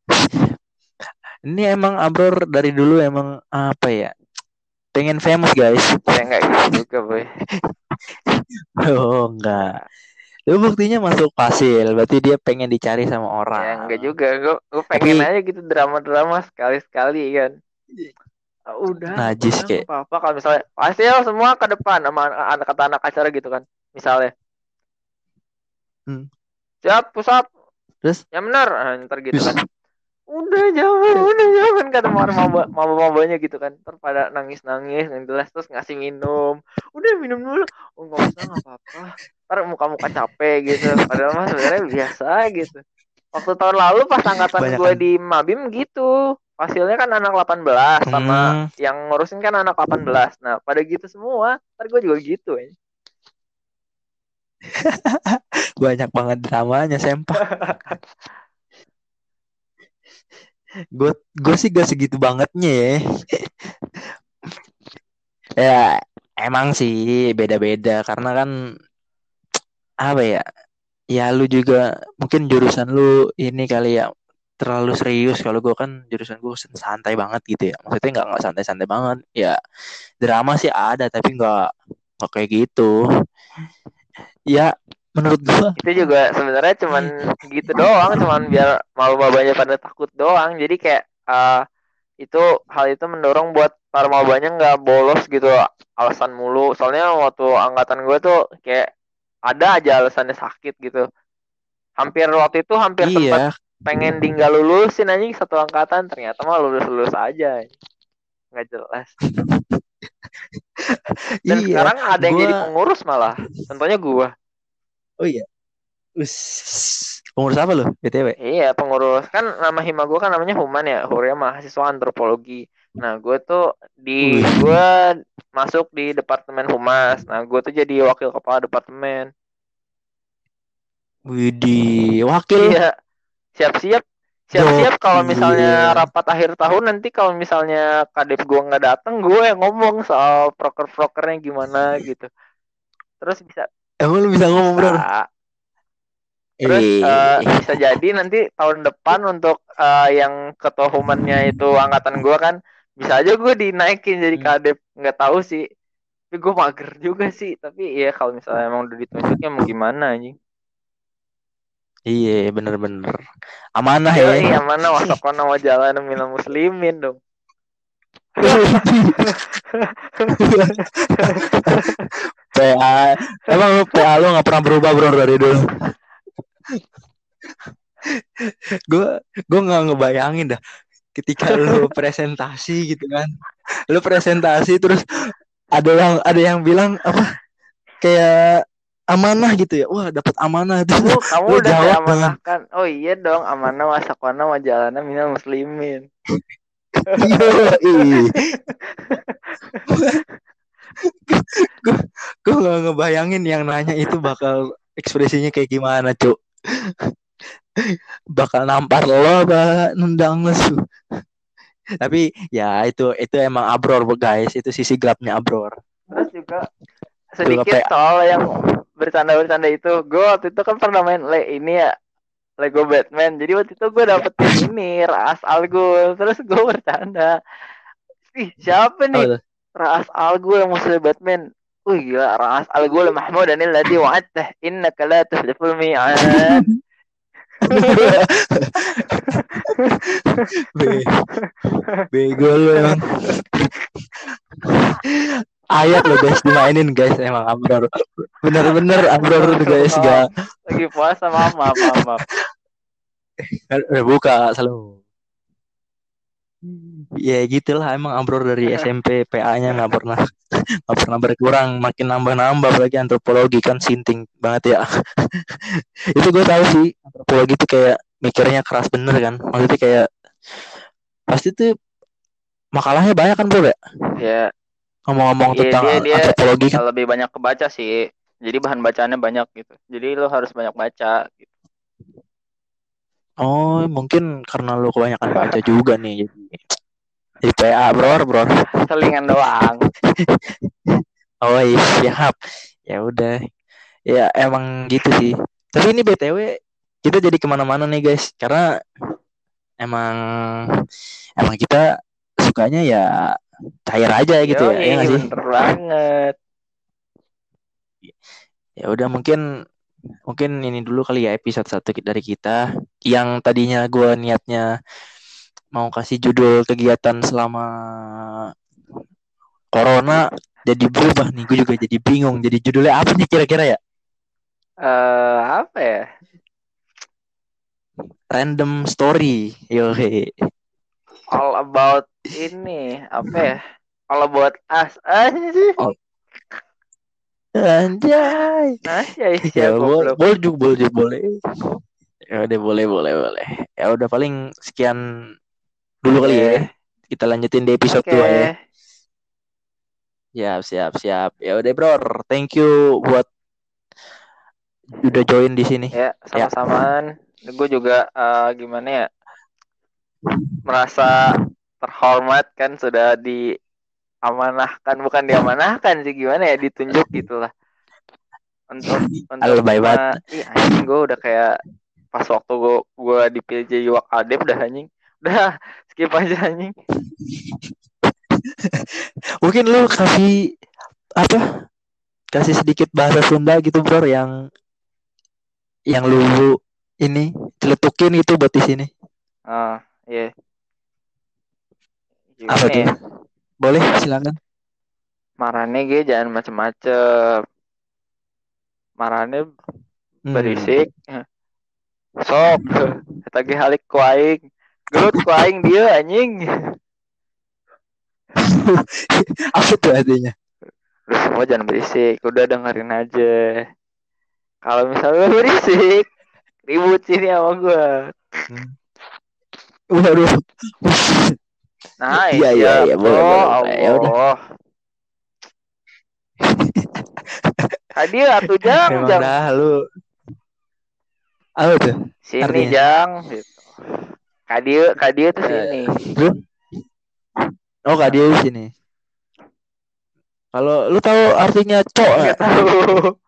Ini emang Abror dari dulu emang apa ya? Pengen famous guys. Ya nggak gitu juga boy. Oh enggak. Nggak. Itu buktinya masuk Fasil. Berarti dia pengen dicari sama Ya nggak orang. juga. Gue pengen Tapi aja gitu drama-drama sekali-sekali kan. Ah, najis udah nggak kayak. apa-apa kalau misalnya hasil semua ke depan sama anak kata anak acara gitu kan. Misalnya Hmm. siap pusap Terus, yang benar, nah, ntar gitu wis. kan. Udah jangan kata mabanya gitu kan. Ntar pada nangis-nangis nggak jelas terus ngasih minum. Udah minum dulu. Oh nggak usah nggak apa-apa. Ntar muka-muka capek gitu. Padahal mah sebenarnya biasa gitu. Waktu tahun lalu pas angkatan gue Banyakan. di Mabim gitu. Hasilnya kan anak 18 sama Hmm, yang ngurusin kan anak 18. Nah, pada gitu semua. Ntar gue juga gitu ya. banyak banget dramanya Sempak. Gue sih gak segitu bangetnya ya. Ya emang sih beda-beda karena kan apa ya? Ya lu juga mungkin jurusan lu ini kali ya terlalu serius. Kalau gue kan jurusan gue santai banget gitu ya. Maksudnya nggak santai-santai banget. Ya drama sih ada tapi nggak kayak gitu. Ya menurut gue. Itu juga sebenarnya cuman gitu doang, cuman biar malu babanya pada takut doang. Jadi kayak itu hal itu mendorong buat para mabanya nggak bolos gitu alasan mulu. Soalnya waktu angkatan gue tuh kayak ada aja alasannya sakit gitu. Hampir sempat Iya, pengen tinggal lulusin aja satu angkatan, ternyata mah lulus-lulus aja. Nggak jelas. Dan iya. sekarang ada yang Gue, jadi pengurus malah. Contohnya gue. oh iya. Us, pengurus apa lo, BTW? Iya, pengurus kan nama hima gue kan namanya Human ya, Huria Mahasiswa Antropologi. Nah, di Wih, gue masuk di departemen humas. Nah, gue tuh jadi wakil kepala departemen. wih di wakil Iya, siap-siap, siap-siap kalau misalnya gokil. rapat akhir tahun nanti kalau misalnya kadep gue nggak datang, gue yang ngomong soal proker-prokernya gimana gitu. Terus bisa Emang lu bisa ngomong bisa bro? Terus Eh, bisa jadi nanti tahun depan untuk yang ketua humannya itu angkatan gue kan bisa aja gue dinaikin jadi hmm, kadep nggak tahu sih tapi gue mager juga sih tapi ya kalau misalnya emang udah ditunjuk ya mau gimana anjing. iya bener-bener amanah Yo ya. iya mana wasakon nama jalan minal muslimin dong. PA, emang lu PA lu nggak pernah berubah bro dari dulu. Gue gue nggak ngebayangin dah ketika lu presentasi gitu kan. Lu presentasi terus ada yang bilang apa kayak amanah gitu ya. Wah, dapat amanah itu. Kamu Lu udah saya jawab dengan amanahkan. Oh iya dong, amanah wasakona majalana minal muslimin. iya. gue gue nggak ngebayangin yang nanya itu bakal ekspresinya kayak gimana cuk, bakal nampar lo apa nendang lesu. Tapi ya itu emang Abror guys, itu sisi gelapnya Abror. Terus juga Itu sedikit apa ya? soal yang bercanda-bercanda itu. Gue waktu itu kan pernah main ini ya Lego Batman. Jadi waktu itu gue dapetin ini Ra's al Ghul. Terus gue bercanda. Ih siapa Apa nih tuh? Ra's al Ghul yang musuh Batman? Wih gila Ra's al Ghul Mahmud anil ladzi wa'adtah innaka la tuhliful mi'ad. Be bego lu emang. Ayat lo guys dimainin guys, emang Abror. Bener-bener Abror tuh guys, Maaf. gak Lagi puasa maaf. udah buka selalu. Ya gitulah emang Abror dari SMP PA-nya nggak pernah berkurang, makin nambah-nambah, apalagi antropologi kan sinting banget ya. Itu gue tahu sih antropologi itu kayak mikirnya keras bener kan, maksudnya kayak pasti tuh makalahnya banyak kan bro ya, Ya, ngomong-ngomong iya tentang dia antropologi kan. lebih banyak kebaca sih. Jadi bahan bacaannya banyak gitu. Jadi lo harus banyak baca gitu. Oh, mungkin karena lu kebanyakan baca juga nih. Jadi PA, bro. Selingan doang. Oh iya, siap. Ya udah. Ya emang gitu sih. Tapi ini BTW kita jadi kemana-mana nih guys. Karena emang emang kita sukanya ya cair aja gitu ya. Ya Yoi, nggak sih? bener banget. Ya udah mungkin mungkin ini dulu kali ya episode satu dari kita yang tadinya gue niatnya mau kasih judul kegiatan selama corona jadi berubah nih. Gue juga jadi bingung. Jadi judulnya apa nih kira-kira ya? Apa ya? Random story. Yo, All about ini apa ya? All about us aja sih. oh, anjay. Nah, ya Ya ya boleh, goblok. boleh. Ya udah boleh. Ya udah paling sekian dulu kali ya. Oke. Kita lanjutin di episode Oke. 2 ya. Siap. Ya udah, Bro. Thank you buat udah join di sini. Ya, Ya. sama-samaan. Gue juga gimana ya? Merasa terhormat kan sudah diamanahkan, bukan diamanahkan sih gimana ya, ditunjuk gitulah untuk Lebay banget. ih anjing gue udah kayak pas waktu gue di PJ Yuwak Adep udah anjing. Udah skip aja anjing. Mungkin lu kasih apa? Kasih sedikit bahasa Sunda gitu, Bro, yang lu ini celetukin gitu buat di sini. Ah, iya. Apa Gimana tuh? ya? Boleh, silakan. Marane gue jangan macem-macem. Marane Hmm. berisik. Sok. Tagi halik kuaing. Gelut kuaing dia anjing. Apa tuh artinya? Lu semua jangan berisik. Udah dengerin aja. Kalau misalnya lu berisik, ribut sini sama gue. Hmm. Waduh. Nice, Iya, siap iya, boleh, bro. boleh. Ya udah. Allah. Tadi atuh jang, Memang jang. dah lu. Apa tuh Sini artinya? jang. Gitu. Kadia tuh Eh, sini. Bro? Oh, Kak Nah, dia di sini. Kalau lu tahu artinya cok nggak? nggak tahu.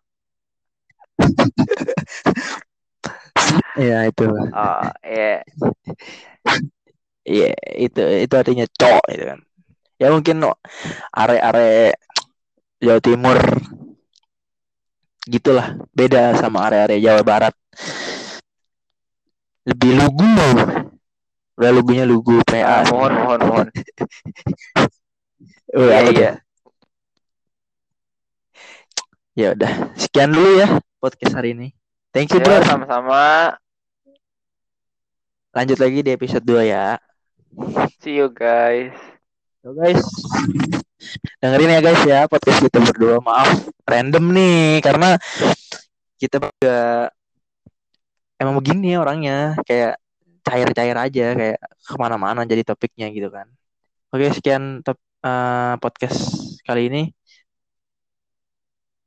Iya itu. Oh, ya. Iya itu artinya cok itu kan. Ya mungkin no, are-are Jawa Timur gitulah. Beda sama are-are Jawa Barat. Lebih lugu. Udah lugunya lugu PA sih. Mohon. Oh, Iya, apa tuh? iya. Ya udah. Sekian dulu ya podcast hari ini. Thank you, Ya, bro. sama-sama. Lanjut lagi di episode 2 ya. See you guys. So guys, dengerin ya guys ya podcast kita berdua. Maaf random nih karena kita juga emang begini orangnya kayak cair-cair aja kayak kemana-mana jadi topiknya gitu kan. Oke sekian podcast kali ini.